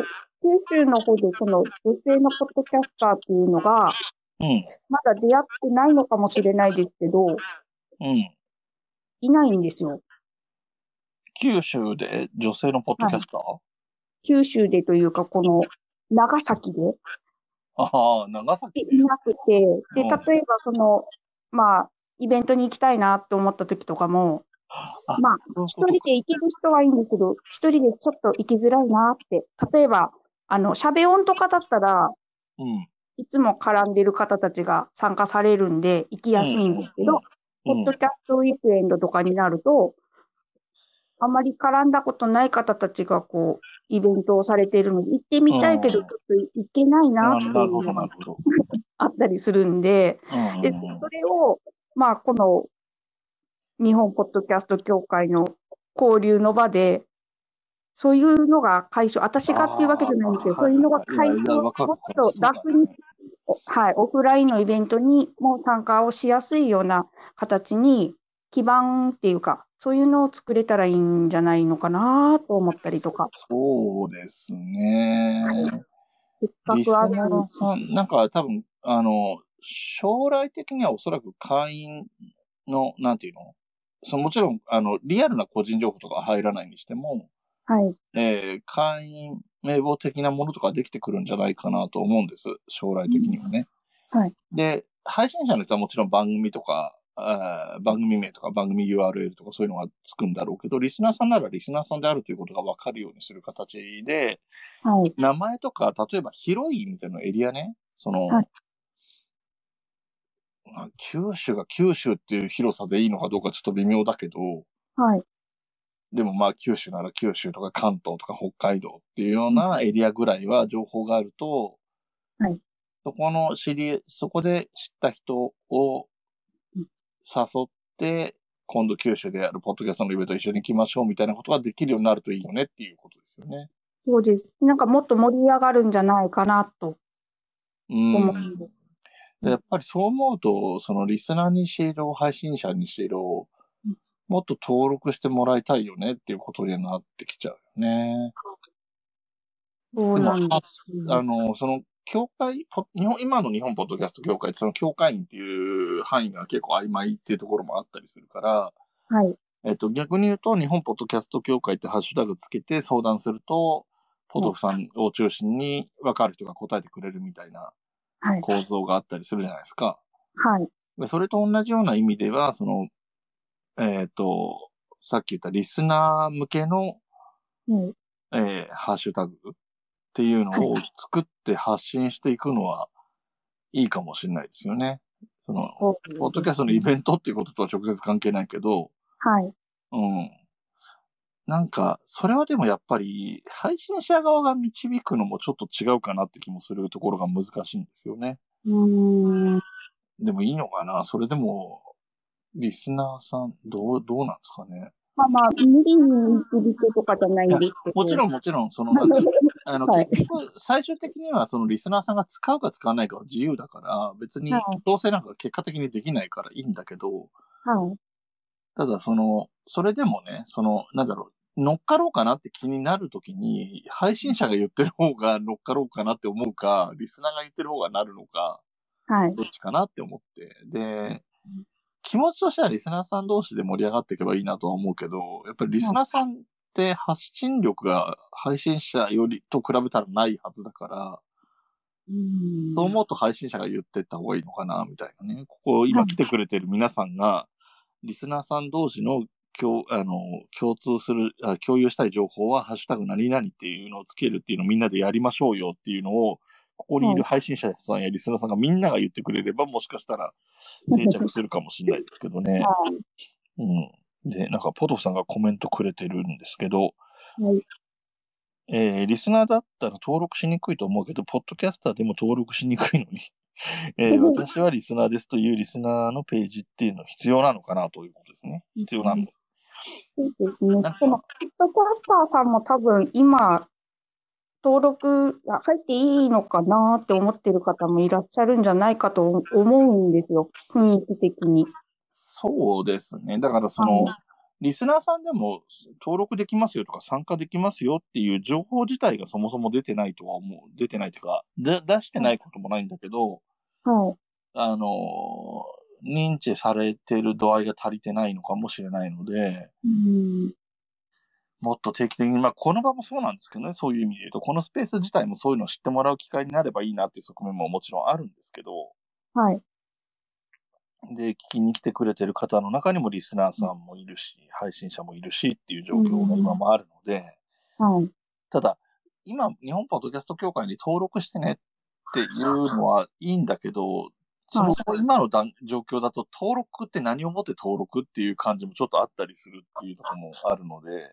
Speaker 2: 九州の方でその女性のポッドキャスターっていうのが、まだ出会ってないのかもしれないですけど、いないんですよ。
Speaker 1: 九州で女性のポッドキャスター、
Speaker 2: 九州でというか、この長崎で
Speaker 1: 長崎
Speaker 2: いなくて、で、例えばその、イベントに行きたいなと思った時とかも、一人で行ける人はいいんですけど、一人でちょっと行きづらいなって。例えば、シャベオンとかだったら、いつも絡んでる方たちが参加されるんで、行きやすいんですけど、ポッドキャストウィークエンドとかになると、あまり絡んだことない方たちがこう、イベントをされているので、行ってみたいけど、ちょっと行けないなっていうのがあったりするんで、で、それを、この日本ポッドキャスト協会の交流の場で、そういうのが解消、私がっていうわけじゃないんですけど、そういうのが解消、もっと楽に、オフラインのイベントにも参加をしやすいような形に、基盤っていうか、そういうのを作れたらいいんじゃないのかなと思ったりとか。
Speaker 1: そうですね。
Speaker 2: せっかくある。
Speaker 1: なんか多分、将来的にはおそらく会員の、なんていうのもちろん、リアルな個人情報とか入らないにしても、会員名簿的なものとかできてくるんじゃないかなと思うんです。将来的にはね。で、配信者の人はもちろん番組とか、番組名とか番組 URL とかそういうのがつくんだろうけど、リスナーさんならリスナーさんであるということが分かるようにする形で、名前とか、例えば広い意味でのエリアね、九州が九州っていう広さでいいのかどうかちょっと微妙だけど、でも九州なら九州とか関東とか北海道っていうようなエリアぐらいは情報があると、そこで知った人を誘って、今度九州でやるポッドキャストのイベント一緒に行きましょうみたいなことができるようになるといいよねっていうことですよね。
Speaker 2: そうです。なんかもっと盛り上がるんじゃないかなと思うんです。
Speaker 1: やっぱりそう思うと、そのリスナーにしろ、配信者にしろ、もっと登録してもらいたいよねっていうことになってきちゃうよね。
Speaker 2: そうなんです。
Speaker 1: その協会、今の日本ポッドキャスト協会ってその協会員っていう範囲が結構曖昧っていうところもあったりするから、逆に言うと日本ポッドキャスト協会ってハッシュタグつけて相談すると、ポトフさんを中心に分かる人が答えてくれるみたいな構造があったりするじゃないですか。それと同じような意味では、さっき言ったリスナー向けの、ハッシュタグっていうのを作って発信していくのはいいかもしれないですよね。ポッドキャストのイベントっていうこととは直接関係ないけど、なんか、それはでもやっぱり、配信者側が導くのもちょっと違うかなって気もするところが難しいんですよね。でもいいのかな？それでも、リスナーさん、どうなんですかね。
Speaker 2: 無理に導くとかじゃないんですけど。
Speaker 1: もちろん、結局、最終的にはそのリスナーさんが使うか使わないかは自由だから、別に強制なんか結果的にできないからいいんだけど、ただそれでもね、乗っかろうかなって気になるときに、配信者が言ってる方が乗っかろうかなって思うか、リスナーが言ってる方がなるのか、どっちかなって思って。で、気持ちとしてはリスナーさん同士で盛り上がっていけばいいなとは思うけど、やっぱりリスナーさんって発信力が配信者よりと比べたらないはずだから、そう思うと配信者が言ってった方がいいのかな、みたいなね。ここ今来てくれてる皆さんが、リスナーさん同士の共有したい情報は、ハッシュタグ何々っていうのをつけるっていうのをみんなでやりましょうよっていうのを、ここにいる配信者さんやリスナーさんがみんなが言ってくれれば、もしかしたら定着するかもしれないですけどね。で、なんか、ポトフさんがコメントくれてるんですけど、リスナーだったら登録しにくいと思うけど、ポッドキャスターでも登録しにくいのに、私はリスナーですというリスナーのページっていうの必要なのかなということですね。必要なの。
Speaker 2: そうですね。このポッドキャスターさんも多分今、登録入っていいのかなって思ってる方もいらっしゃるんじゃないかと思うんですよ。雰囲気的に。
Speaker 1: そうですね。だからリスナーさんでも登録できますよとか参加できますよっていう情報自体がそもそも出てないとは思う。出てないというか、出してないこともないんだけど、
Speaker 2: はい。
Speaker 1: あの、認知されてる度合いが足りてないのかもしれないので、もっと定期的に、まあ、この場もそうなんですけどね、そういう意味で言うと、このスペース自体もそういうのを知ってもらう機会になればいいなっていう側面ももちろんあるんですけど、
Speaker 2: はい。
Speaker 1: で、聞きに来てくれてる方の中にもリスナーさんもいるし、配信者もいるしっていう状況が今もあるので、
Speaker 2: はい。
Speaker 1: ただ、今、日本ポッドキャスト協会に登録してねっていうのはいいんだけど、そもそも今の状況だと登録って何をもって登録っていう感じもちょっとあったりするっていうところもあるので、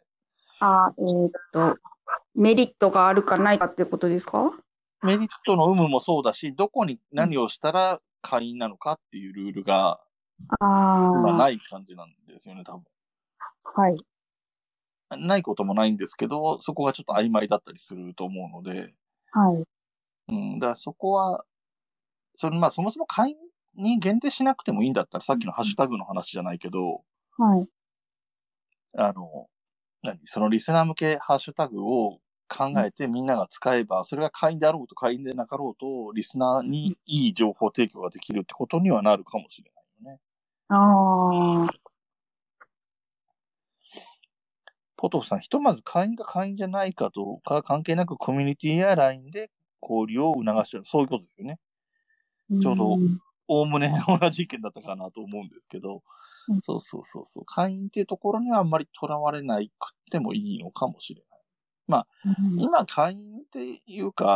Speaker 2: メリットがあるかないかっていうことですか？
Speaker 1: メリットの有無もそうだし、どこに何をしたら会員なのかっていうルールが今ない感じなんですよね、多分。
Speaker 2: はい。
Speaker 1: ないこともないんですけど、そこがちょっと曖昧だったりすると思うので、
Speaker 2: はい。
Speaker 1: だからそこは、まあそもそも会員に限定しなくてもいいんだったら、さっきのハッシュタグの話じゃないけど、
Speaker 2: はい。
Speaker 1: そのリスナー向けハッシュタグを考えてみんなが使えば、それが会員であろうと会員でなかろうと、リスナーにいい情報提供ができるってことにはなるかもしれないよね。
Speaker 2: ああ。
Speaker 1: ポトフさん、ひとまず会員が会員じゃないかどうか関係なくコミュニティや LINE で交流を促してる。そういうことですよね。ちょうど、おおむね同じ意見だったかなと思うんですけど、そうそうそうそう。会員っていうところにはあんまりとらわれなくてもいいのかもしれない。まあ、今会員っていうか、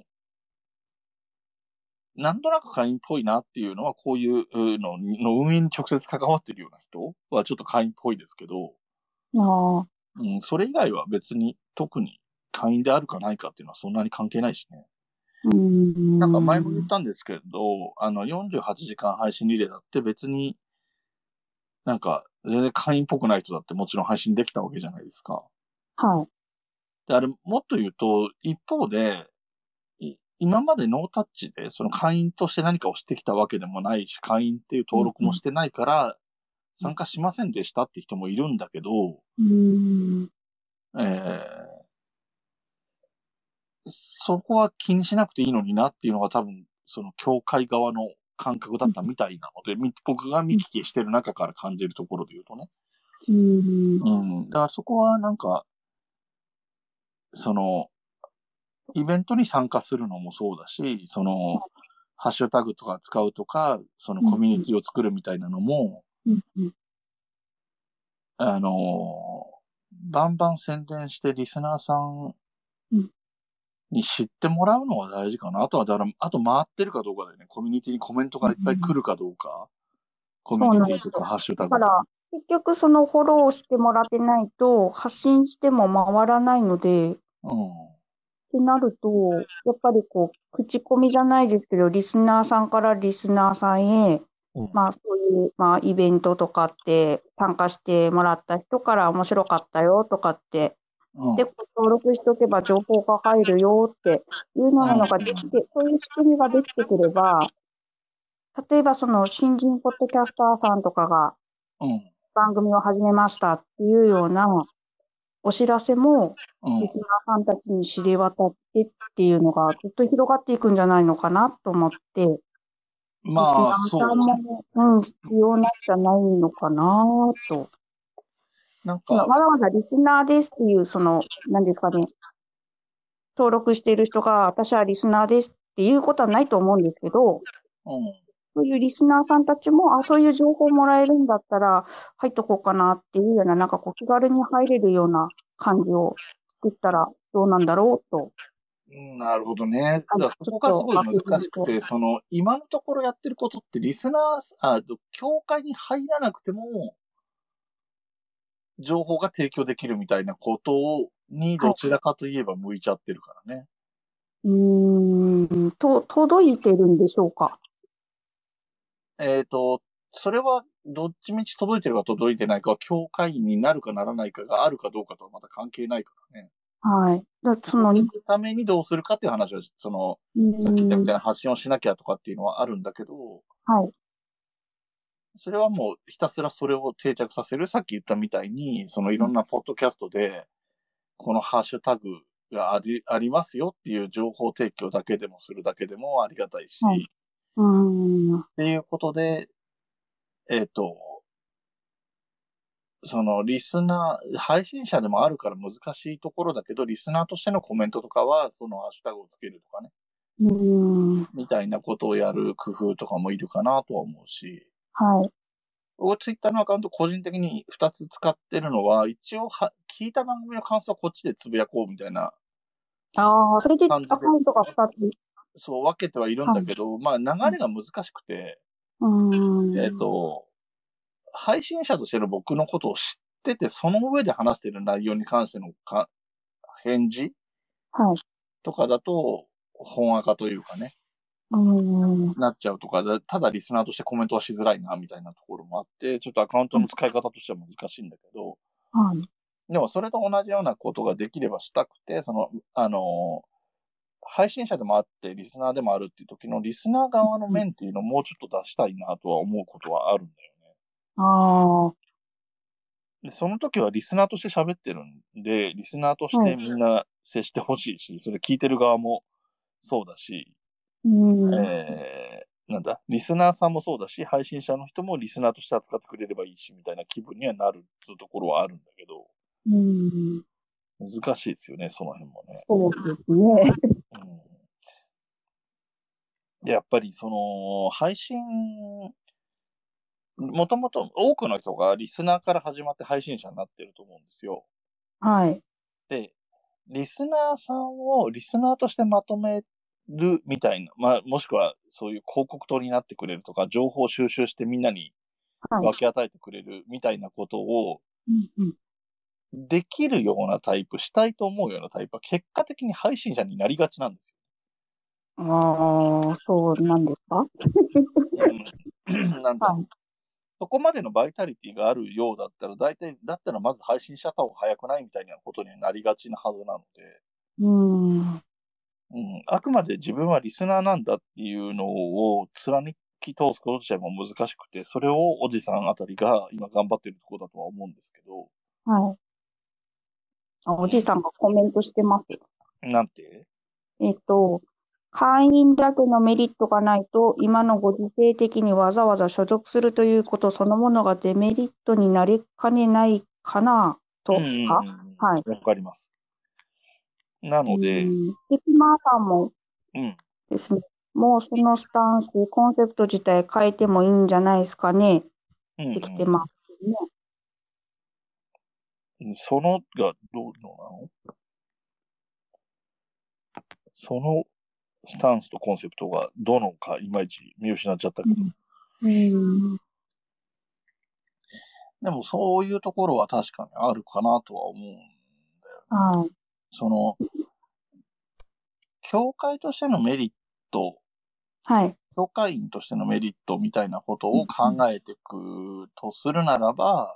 Speaker 1: なんとなく会員っぽいなっていうのは、こういうの運営に直接関わってるような人はちょっと会員っぽいですけど、それ以外は別に特に会員であるかないかっていうのはそんなに関係ないしね。なんか前も言ったんですけど、48時間配信リレーだって別になんか全然会員っぽくない人だってもちろん配信できたわけじゃないですか。
Speaker 2: はい。
Speaker 1: で、あれもっと言うと、一方で、今までノータッチでその会員として何かをしてきたわけでもないし、会員っていう登録もしてないから参加しませんでしたって人もいるんだけど、そこは気にしなくていいのになっていうのが多分、その協会側の感覚だったみたいなので、僕が見聞きしてる中から感じるところで言うとね。だからそこはなんか、イベントに参加するのもそうだし、ハッシュタグとか使うとか、そのコミュニティを作るみたいなのも、バンバン宣伝してリスナーさんに知ってもらうのが大事かな。あとは、あと回ってるかどうかだよね。コミュニティにコメントがいっぱい来るかどうか。コミュニティとかハッシュタグとか。
Speaker 2: だから、結局そのフォローしてもらってないと、発信しても回らないので、ってなると、やっぱり口コミじゃないですけど、リスナーさんからリスナーさんへ、そういう、イベントとかって参加してもらった人から面白かったよとかって、で、登録しておけば情報が入るよっていうのができて、そういう仕組みができてくれば、例えばその新人ポッドキャスターさんとかが番組を始めましたっていうようなお知らせも、リスナーさんたちに知れ渡ってっていうのがずっと広がっていくんじゃないのかなと思って、リスナーさんも、必要なんじゃないのかなと。わざわざリスナーですっていう、何ですかね、登録している人が、私はリスナーですっていうことはないと思うんですけど、そういうリスナーさんたちも、そういう情報もらえるんだったら、入っとこうかなっていうような、なんか気軽に入れるような感じを作ったらどうなんだろうと。
Speaker 1: なるほどね。そこがすごい難しくて、今のところやってることってリスナー、協会に入らなくても、情報が提供できるみたいなことにどちらかといえば向いちゃってるからね。
Speaker 2: 届いてるんでしょうか？
Speaker 1: それはどっちみち届いてるか届いてないかは、協会員になるかならないかがあるかどうかとはまた関係ないからね。
Speaker 2: はい。
Speaker 1: そのためにどうするかっていう話は、さっき言ったみたいな発信をしなきゃとかっていうのはあるんだけど、
Speaker 2: はい。
Speaker 1: それはもうひたすらそれを定着させる。さっき言ったみたいに、そのいろんなポッドキャストで、このハッシュタグがありますよっていう情報提供だけでもするだけでもありがたいし、
Speaker 2: はい。
Speaker 1: っていうことで、そのリスナー、配信者でもあるから難しいところだけど、リスナーとしてのコメントとかは、そのハッシュタグをつけるとかね、みたいなことをやる工夫とかもいるかなとは思うし、
Speaker 2: はい。
Speaker 1: 僕ツイッターのアカウント個人的に2つ使ってるのは、一応聞いた番組の感想はこっちでつぶやこうみたいな
Speaker 2: ああ、それで
Speaker 1: 感じで、
Speaker 2: アカウントが2つ。
Speaker 1: そう分けてはいるん
Speaker 2: はい。
Speaker 1: だけど、まあ流れが難しくて、配信者としての僕のことを知ってて、その上で話している内容に関しての返事
Speaker 2: はい。
Speaker 1: とかだと、本垢というかね、なっちゃうとか、ただリスナーとしてコメントはしづらいな、みたいなところもあって、ちょっとアカウントの使い方としては難しいんだけど、
Speaker 2: はい。
Speaker 1: でもそれと同じようなことができればしたくて、配信者でもあって、リスナーでもあるっていう時のリスナー側の面っていうのをもうちょっと出したいなとは思うことはあるんだよね。
Speaker 2: ああ。
Speaker 1: で、その時はリスナーとして喋ってるんで、リスナーとしてみんな接してほしいし、それ聞いてる側もそうだし、リスナーさんもそうだし、配信者の人もリスナーとして扱ってくれればいいし、みたいな気分にはなるっていうところはあるんだけど、難しいですよね、その辺もね。
Speaker 2: そうですね。
Speaker 1: やっぱり配信、もともと多くの人がリスナーから始まって配信者になってると思うんですよ。
Speaker 2: はい。
Speaker 1: で、リスナーさんをリスナーとしてまとめるみたいな、もしくはそういう広告塔になってくれるとか、情報収集してみんなに分け与えてくれるみたいなことを、できるようなタイプ、したいと思うようなタイプは結果的に配信者になりがちなんです
Speaker 2: よ。ああ、そうなんですか？
Speaker 1: なんだろう。そこまでのバイタリティがあるようだったら、だったらまず配信しちゃった方が早くないみたいなことにはなりがちなはずなので、あくまで自分はリスナーなんだっていうのを貫き通すこと自体も難しくて、それをおじさんあたりが今頑張ってるところだとは思うんですけど。
Speaker 2: はい。おじさんがコメントしてます。
Speaker 1: なんて？
Speaker 2: 会員だけのメリットがないと、今のご時世的にわざわざ所属するということそのものがデメリットになりかねないかな、とか。はい。
Speaker 1: わかります。なので、
Speaker 2: で、マーさんもですね、もうそのスタンス、コンセプト自体変えてもいいんじゃないですかね。できてますね。
Speaker 1: そのがどうなの？そのスタンスとコンセプトがどのかいまいち見失っちゃったけど。でもそういうところは確かにあるかなとは思うんだよね。教会としてのメリット、教会員としてのメリットみたいなことを考えていくとするならば、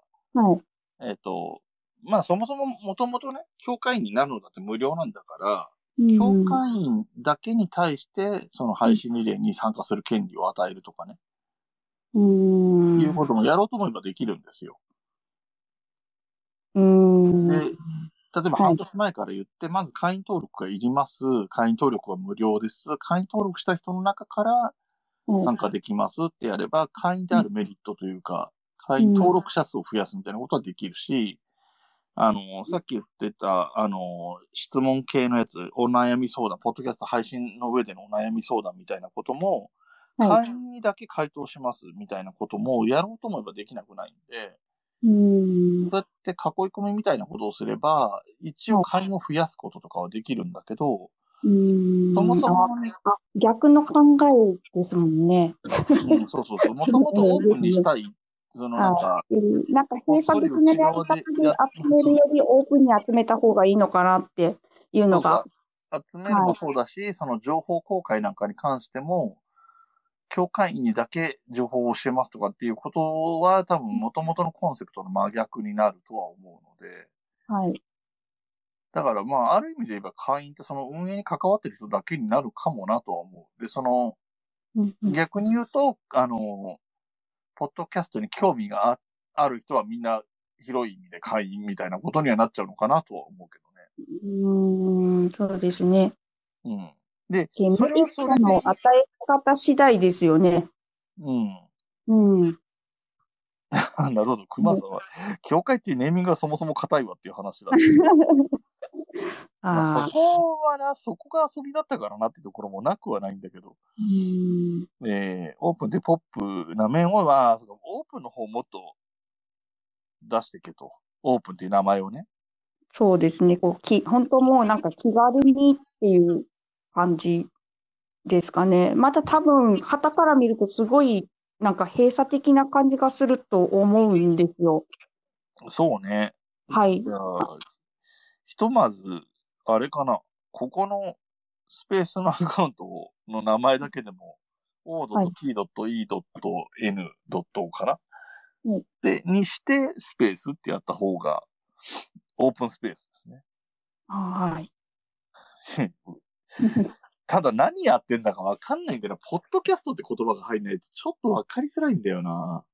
Speaker 1: そもそももともとね、教会員になるのだって無料なんだから、教会員だけに対して、その配信リレーに参加する権利を与えるとかね。いうこともやろうと思えばできるんですよ。で、例えば半年前から言って、まず会員登録がいります。会員登録は無料です。会員登録した人の中から参加できますってやれば、会員であるメリットというか、会員登録者数を増やすみたいなことはできるし、さっき言ってた、質問系のやつ、お悩み相談、ポッドキャスト配信の上でのお悩み相談みたいなことも、会員にだけ回答しますみたいなこともやろうと思えばできなくないんで、そうやって囲い込みみたいなことをすれば、一応会員を増やすこととかはできるんだけど、そもそも、
Speaker 2: 逆の考えですもんね。
Speaker 1: そうそうそう。もともとオープンにしたい。
Speaker 2: なんか閉鎖的なやり方で集めるよりオープンに集めた方がいいのかなっていうのが。
Speaker 1: 集めるもそうだし、その情報公開なんかに関しても、教会員にだけ情報を教えますとかっていうことは多分元々のコンセプトの真逆になるとは思うので。だからある意味で言えば会員ってその運営に関わってる人だけになるかもなとは思う。で、逆に言うと、 ポッドキャストに興味がある人はみんな広い意味で会員みたいなことにはなっちゃうのかなとは思うけどね。
Speaker 2: そうですね。
Speaker 1: うん。で、
Speaker 2: メリ
Speaker 1: それは
Speaker 2: ットの
Speaker 1: それでいい。
Speaker 2: 与え方次第ですよね。
Speaker 1: うん。
Speaker 2: うん。
Speaker 1: なるほど。熊さんは、教会っていうネーミングがそもそも硬いわっていう話だった。まあ、そこはな、そこが遊びだったからなってところもなくはないんだけど、オープンでポップな面は、オープンの方もっと出してけと。オープンっていう名前をね。
Speaker 2: そうですね。本当もうなんか気軽にっていう感じですかね。また多分、傍から見るとすごいなんか閉鎖的な感じがすると思うんですよ。
Speaker 1: そうね。
Speaker 2: はい。
Speaker 1: じゃあ、ひとまず、あれかな。ここのスペースのアカウントの名前だけでも、
Speaker 2: はい。
Speaker 1: o.p.e.n. かな、
Speaker 2: うん
Speaker 1: で、にして、スペースってやった方が、オープンスペースですね。
Speaker 2: はい。
Speaker 1: ただ何やってんだかわかんないけど、ポッドキャストって言葉が入んないとちょっとわかりづらいんだよな。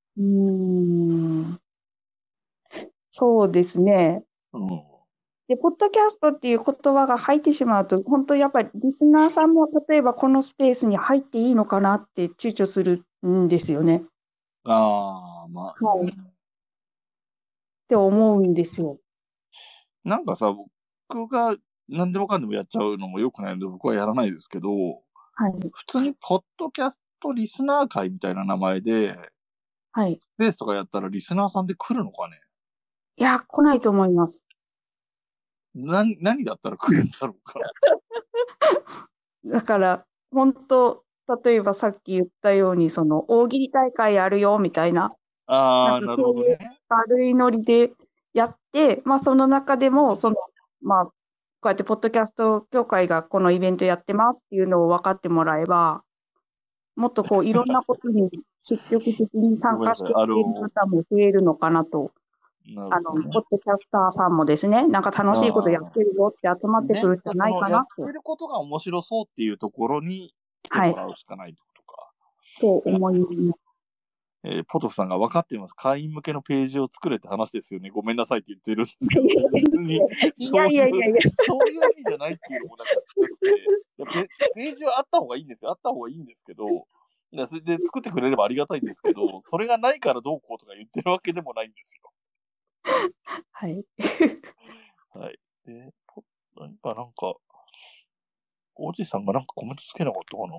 Speaker 2: そうですね。
Speaker 1: うん。
Speaker 2: で、ポッドキャストっていう言葉が入ってしまうと、本当やっぱりリスナーさんも例えばこのスペースに入っていいのかなって躊躇するんですよね。
Speaker 1: ああ、まあ、
Speaker 2: はい。って思うんですよ。
Speaker 1: なんかさ、僕が何でもかんでもやっちゃうのも良くないので僕はやらないですけど、
Speaker 2: はい。
Speaker 1: 普通にポッドキャストリスナー会みたいな名前で、
Speaker 2: はい。
Speaker 1: スペースとかやったらリスナーさんで来るのかね。
Speaker 2: いや、来ないと思います。
Speaker 1: 何だったら来るんだろうか。
Speaker 2: だから、本当、例えばさっき言ったように、その大喜利大会やるよみたいな、なん
Speaker 1: ああ、
Speaker 2: かそういう
Speaker 1: なるほどね。
Speaker 2: 軽いノリでやって、まあその中でも、まあ、こうやってポッドキャスト協会がこのイベントやってますっていうのを分かってもらえば、もっとこういろんなことに積極的に
Speaker 1: ごめんなさい。
Speaker 2: 参加してくれる方も増えるのかなと、
Speaker 1: なるほどね。
Speaker 2: ポッドキャスターさんもですね、なんか楽しいことやってるよって集まってくるんじゃないか
Speaker 1: やっ
Speaker 2: なと、
Speaker 1: てることが面白そうっていうところに来て
Speaker 2: はい、
Speaker 1: もらうしかないってことか。
Speaker 2: と思います。
Speaker 1: ポトフさんが分かっています。会員向けのページを作れって話ですよね。ごめんなさいって言ってるんですけど、別に、
Speaker 2: いやいやいやいや。
Speaker 1: そういう意味じゃないっていうのもなんか近くて、ページはあった方がいいんですよ。あった方がいいんですけど、それで作ってくれればありがたいんですけど、それがないからどうこうとか言ってるわけでもないんですよ。
Speaker 2: はい。
Speaker 1: はい。で、なんか、おじさんがなんかコメントつけなかったかな。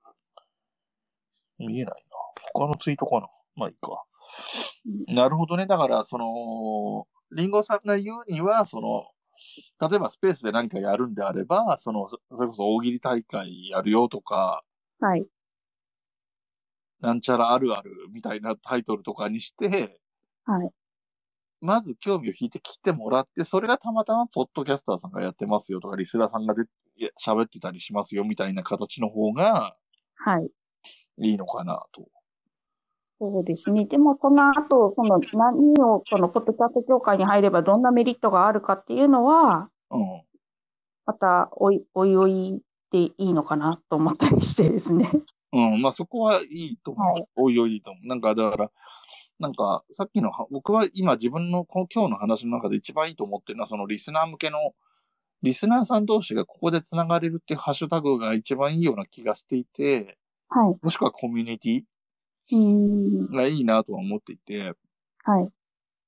Speaker 1: 見えないな。他のツイートかな。まあいいか。なるほどね。だから、リンゴさんが言うには、例えばスペースで何かやるんであれば、それこそ大喜利大会やるよとか、
Speaker 2: はい。
Speaker 1: なんちゃらあるあるみたいなタイトルとかにして、
Speaker 2: はい。
Speaker 1: まず興味を引いて来てもらって、それがたまたまポッドキャスターさんがやってますよとか、リスナーさんが喋ってたりしますよみたいな形の方が
Speaker 2: はい。
Speaker 1: いいのかなと。
Speaker 2: そうですね。でも、この後、何を、ポッドキャスト協会に入ればどんなメリットがあるかっていうのは、
Speaker 1: うん。
Speaker 2: また、おいおいでいいのかなと思ったりしてですね。
Speaker 1: うん。まあそこはいいと思う。
Speaker 2: はい。
Speaker 1: おいおいいいと思う。だから、さっきの、僕は今自分の今日の話の中で一番いいと思ってるのは、そのリスナー向けの、リスナーさん同士がここで繋がれるっていうハッシュタグが一番いいような気がしていて、
Speaker 2: はい。
Speaker 1: もしくはコミュニティ
Speaker 2: うん。
Speaker 1: がいいなとは思っていて、
Speaker 2: はい。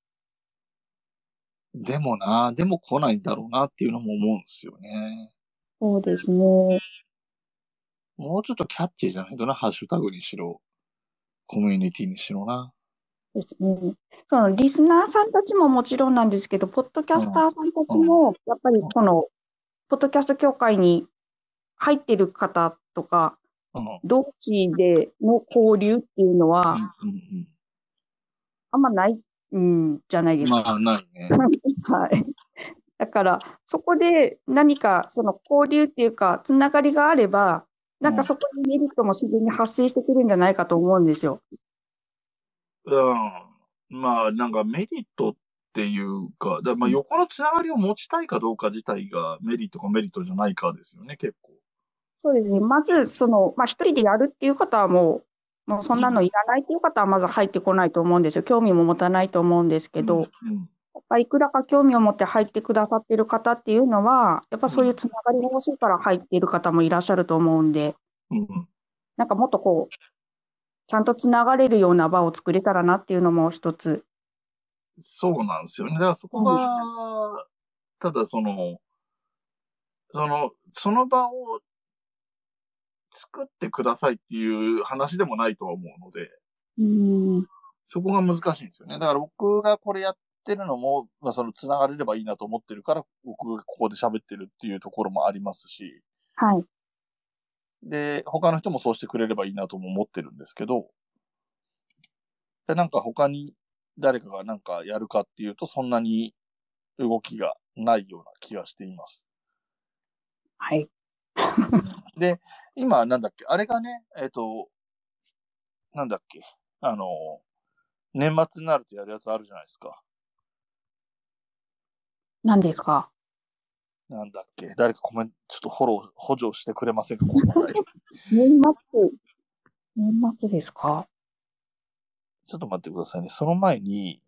Speaker 1: でも来ないんだろうなっていうのも思うんですよね。
Speaker 2: そうですね。
Speaker 1: もうちょっとキャッチーじゃないとな、ハッシュタグにしろ、コミュニティにしろな。
Speaker 2: ですね。そのリスナーさんたちももちろんなんですけど、ポッドキャスターさんたちも、やっぱりポッドキャスト協会に入ってる方とか、同士での交流っていうのは、あんまないんじゃないですか。
Speaker 1: まあ、ないね。
Speaker 2: はい。だから、そこで何か、その交流っていうか、つながりがあれば、なんかそこにメリットも自然に発生してくるんじゃないかと思うんですよ。
Speaker 1: うん。まあ、メリットっていうか、まあ横のつながりを持ちたいかどうか自体がメリットかメリットじゃないかですよね、結構。
Speaker 2: そうですね。まず、まあ、一人でやるっていう方はももうそんなのいらないっていう方はまず入ってこないと思うんですよ。興味も持たないと思うんですけど、やっぱりいくらか興味を持って入ってくださっている方っていうのは、やっぱそういうつながりが欲しいから入っている方もいらっしゃると思うんで、なんかもっとこう、ちゃんとつながれるような場を作れたらなっていうのも一つ。
Speaker 1: そうなんですよね。だからそこが、ただその場を作ってくださいっていう話でもないとは思うので、そこが難しいんですよね。だから僕がこれやってるのも、まあその繋がれればいいなと思ってるから、僕がここで喋ってるっていうところもありますし、
Speaker 2: はい。
Speaker 1: で、他の人もそうしてくれればいいなとも思ってるんですけど、でなんか他に誰かがなんかやるかっていうと、そんなに動きがないような気がしています。
Speaker 2: はい。
Speaker 1: で、今なんだっけ、あれがね、なんだっけ、年末になるとやるやつあるじゃないですか。
Speaker 2: 何ですか？
Speaker 1: なんだっけ、誰かちょっと補助してくれませんか、この話題。
Speaker 2: 年末ですか？
Speaker 1: ちょっと待ってくださいね。その前に、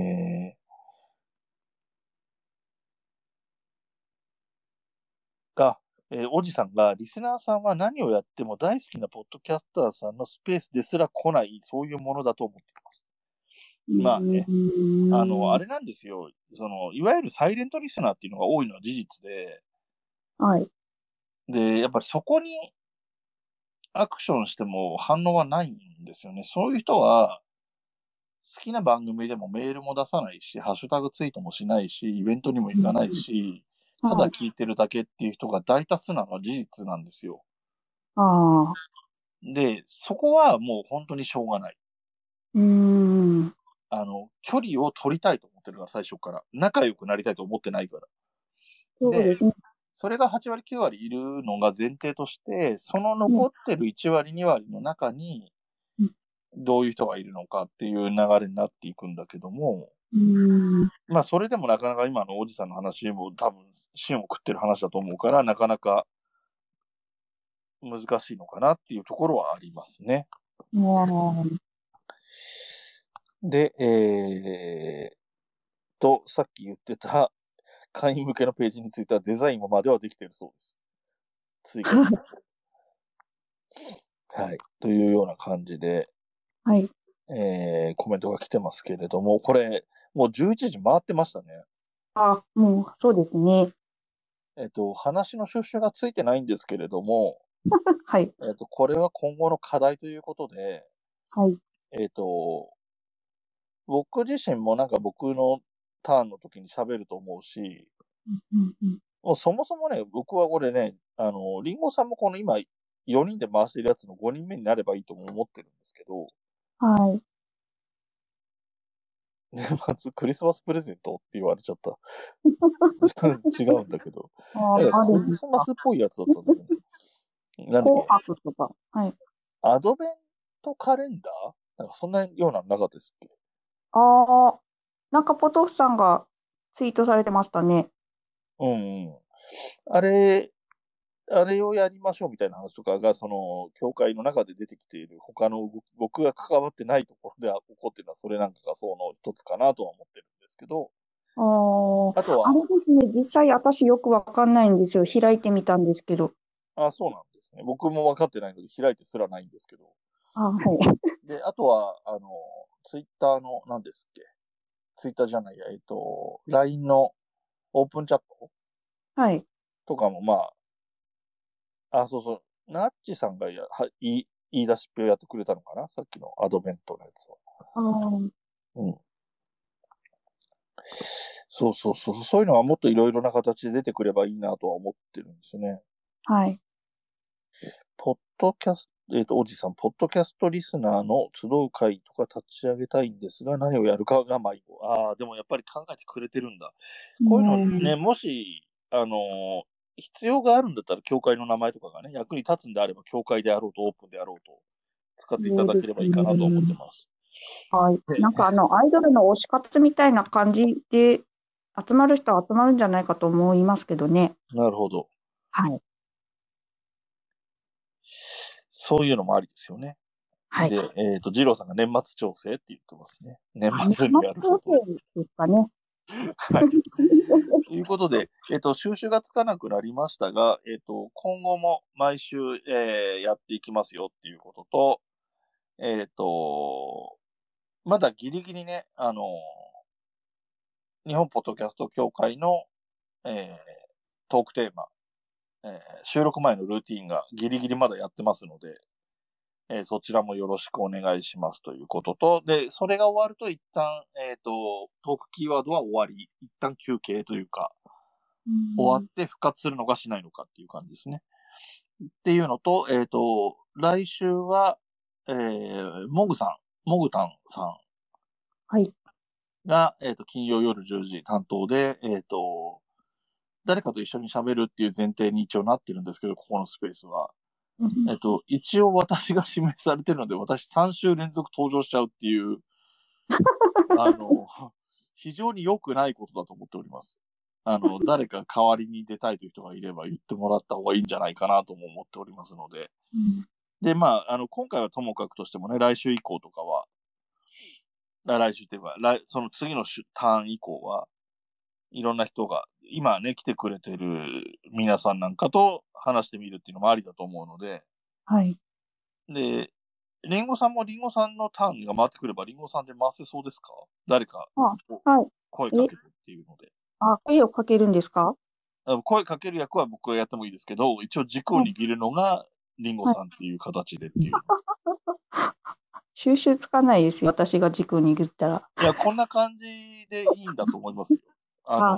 Speaker 1: おじさんが、リスナーさんは何をやっても大好きなポッドキャスターさんのスペースですら来ない、そういうものだと思っています。まあね、あれなんですよ。いわゆるサイレントリスナーっていうのが多いのは事実で、
Speaker 2: はい。
Speaker 1: で、やっぱりそこにアクションしても反応はないんですよね。そういう人は、好きな番組でもメールも出さないし、ハッシュタグツイートもしないし、イベントにも行かないし、ただ聞いてるだけっていう人が大多数なのは事実なんですよ。で、そこはもう本当にしょうがない。距離を取りたいと思ってるから、最初から。仲良くなりたいと思ってないから。
Speaker 2: そうですね。
Speaker 1: それが8割、9割いるのが前提として、その残ってる1割、2割の中に、どういう人がいるのかっていう流れになっていくんだけども、まあ、それでもなかなか今のおじさんの話も多分、芯を食ってる話だと思うから、なかなか難しいのかなっていうところはありますね。で、さっき言ってた会員向けのページについてはデザインもまではできているそうです。追加すると。はい。というような感じで、
Speaker 2: はい。
Speaker 1: コメントが来てますけれども、これ、もう11時回ってましたね。
Speaker 2: もう、そうですね。
Speaker 1: 話の収集がついてないんですけれども、
Speaker 2: はい。
Speaker 1: これは今後の課題ということで、
Speaker 2: はい。
Speaker 1: 僕自身もなんか僕のターンの時に喋ると思うし、もうそもそもね、僕はこれね、リンゴさんもこの今4人で回してるやつの5人目になればいいとも思ってるんですけど、
Speaker 2: はい。
Speaker 1: 年末クリスマスプレゼントって言われちゃった。違うんだけど。クリスマスっぽいやつだったんだよね。なんだっけ、
Speaker 2: 紅白とか。はい。
Speaker 1: アドベントカレンダーなんかそんなようなのなかったですっけ？
Speaker 2: なんかポトフさんがツイートされてましたね。
Speaker 1: うんうん。あれをやりましょうみたいな話とかが、教会の中で出てきている他の僕が関わってないところで起こってるのは、それなんかがその一つかなとは思ってるんですけど、あとは、
Speaker 2: あれですね。実際私よくわかんないんですよ。開いてみたんですけど。
Speaker 1: そうなんですね。僕も分かってないので開いてすらないんですけど。
Speaker 2: はい。
Speaker 1: で、あとは、ツイッターの、何ですっけ？ツイッターじゃないや、LINE のオープンチャット
Speaker 2: はい。
Speaker 1: とかも、まそうそう、ナッチさんが言い出しっぺをやってくれたのかな、さっきのアドベントのやつは。うん。そうそうそう。そういうのはもっといろいろな形で出てくればいいなとは思ってるんですよね。
Speaker 2: はい。
Speaker 1: ポッドキャスト、おじさん、ポッドキャストリスナーの集う会とか立ち上げたいんですが、何をやるかが迷子。でもやっぱり考えてくれてるんだ。こういうのね、もし、必要があるんだったら、教会の名前とかがね、役に立つんであれば、教会であろうと、オープンであろうと、使っていただければいいかなと思ってます。
Speaker 2: はい。なんかアイドルの推し活みたいな感じで集まる人は集まるんじゃないかと思いますけどね。
Speaker 1: なるほど。
Speaker 2: はい。
Speaker 1: そういうのもありですよね。
Speaker 2: はい。
Speaker 1: で、二郎さんが年末調整って言ってますね。年
Speaker 2: 年末
Speaker 1: 末にやること。
Speaker 2: 調整ですかね。
Speaker 1: はい。ということで、収集がつかなくなりましたが、今後も毎週、やっていきますよっていうことと、まだギリギリね、日本ポッドキャスト協会の、トークテーマ、収録前のルーティンがギリギリまだやってますので、そちらもよろしくお願いしますということと、で、それが終わると一旦、トークキーワードは終わり、一旦休憩というか、終わって復活するのかしないのかっていう感じですね。っていうのと、来週は、モグタンさん
Speaker 2: はい。
Speaker 1: が、金曜夜10時担当で、誰かと一緒に喋るっていう前提に一応なってるんですけど、ここのスペースは。一応私が指名されてるので、私3週連続登場しちゃうっていう、非常に良くないことだと思っております。誰か代わりに出たいという人がいれば言ってもらった方がいいんじゃないかなとも思っておりますので。で、まあ、今回はともかくとしてもね、来週以降とかは、来週っていうか、その次のターン以降は、いろんな人が、今ね、来てくれてる皆さんなんかと話してみるっていうのもありだと思うので、
Speaker 2: はい。
Speaker 1: で、リンゴさんもリンゴさんのターンが回ってくれば、リンゴさんで回せそうですか？誰か
Speaker 2: はい。
Speaker 1: 声かけてっていうので。
Speaker 2: 声をかけるんですか？
Speaker 1: 声かける役は僕がやってもいいですけど、一応軸を握るのがリンゴさんっていう形でっていう。
Speaker 2: 収集つかないですよ、私が軸を握ったら。
Speaker 1: いや、こんな感じでいいんだと思いますよ。
Speaker 2: はい。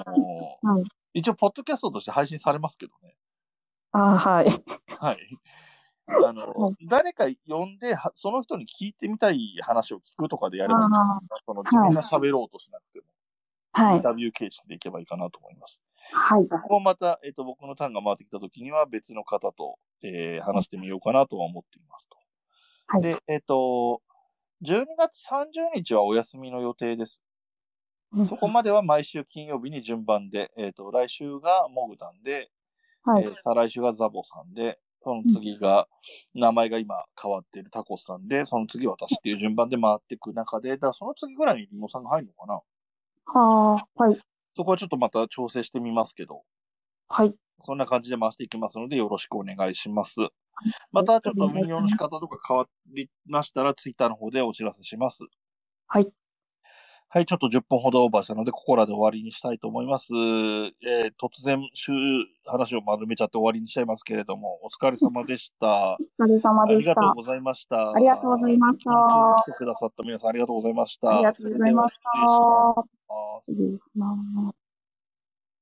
Speaker 1: 一応、ポッドキャストとして配信されますけどね。
Speaker 2: はい。
Speaker 1: はい。誰か呼んで、その人に聞いてみたい話を聞くとかでやればいいです。自分が喋ろうとしなくても、インタビュー形式でいけばいいかなと思います。
Speaker 2: はい。
Speaker 1: ここもまた、僕のターンが回ってきたときには別の方と、話してみようかなとは思っていますと。
Speaker 2: はい。
Speaker 1: で、12月30日はお休みの予定です。そこまでは毎週金曜日に順番で、来週がモグタンで、再来週がザボさんで、その次が、名前が今変わっているタコスさんで、その次私っていう順番で回っていく中で、その次ぐらいにリンゴさんが入るのかな？
Speaker 2: はい。
Speaker 1: そこはちょっとまた調整してみますけど。
Speaker 2: はい。
Speaker 1: そんな感じで回していきますので、よろしくお願いします。またちょっと運用の仕方とか変わりましたら、ツイッターの方でお知らせします。
Speaker 2: はい。
Speaker 1: はい、ちょっと10分ほどオーバーしたので、ここらで終わりにしたいと思います。突然、話を丸めちゃって終わりにしちゃいますけれども、お疲れ様でした。
Speaker 2: お疲れ様でした。
Speaker 1: ありがとうございました。
Speaker 2: ありがとうございました。
Speaker 1: 来てくださった皆さんありがとうございました。
Speaker 2: ありがとうございました。
Speaker 1: 失礼します。
Speaker 2: 失礼します。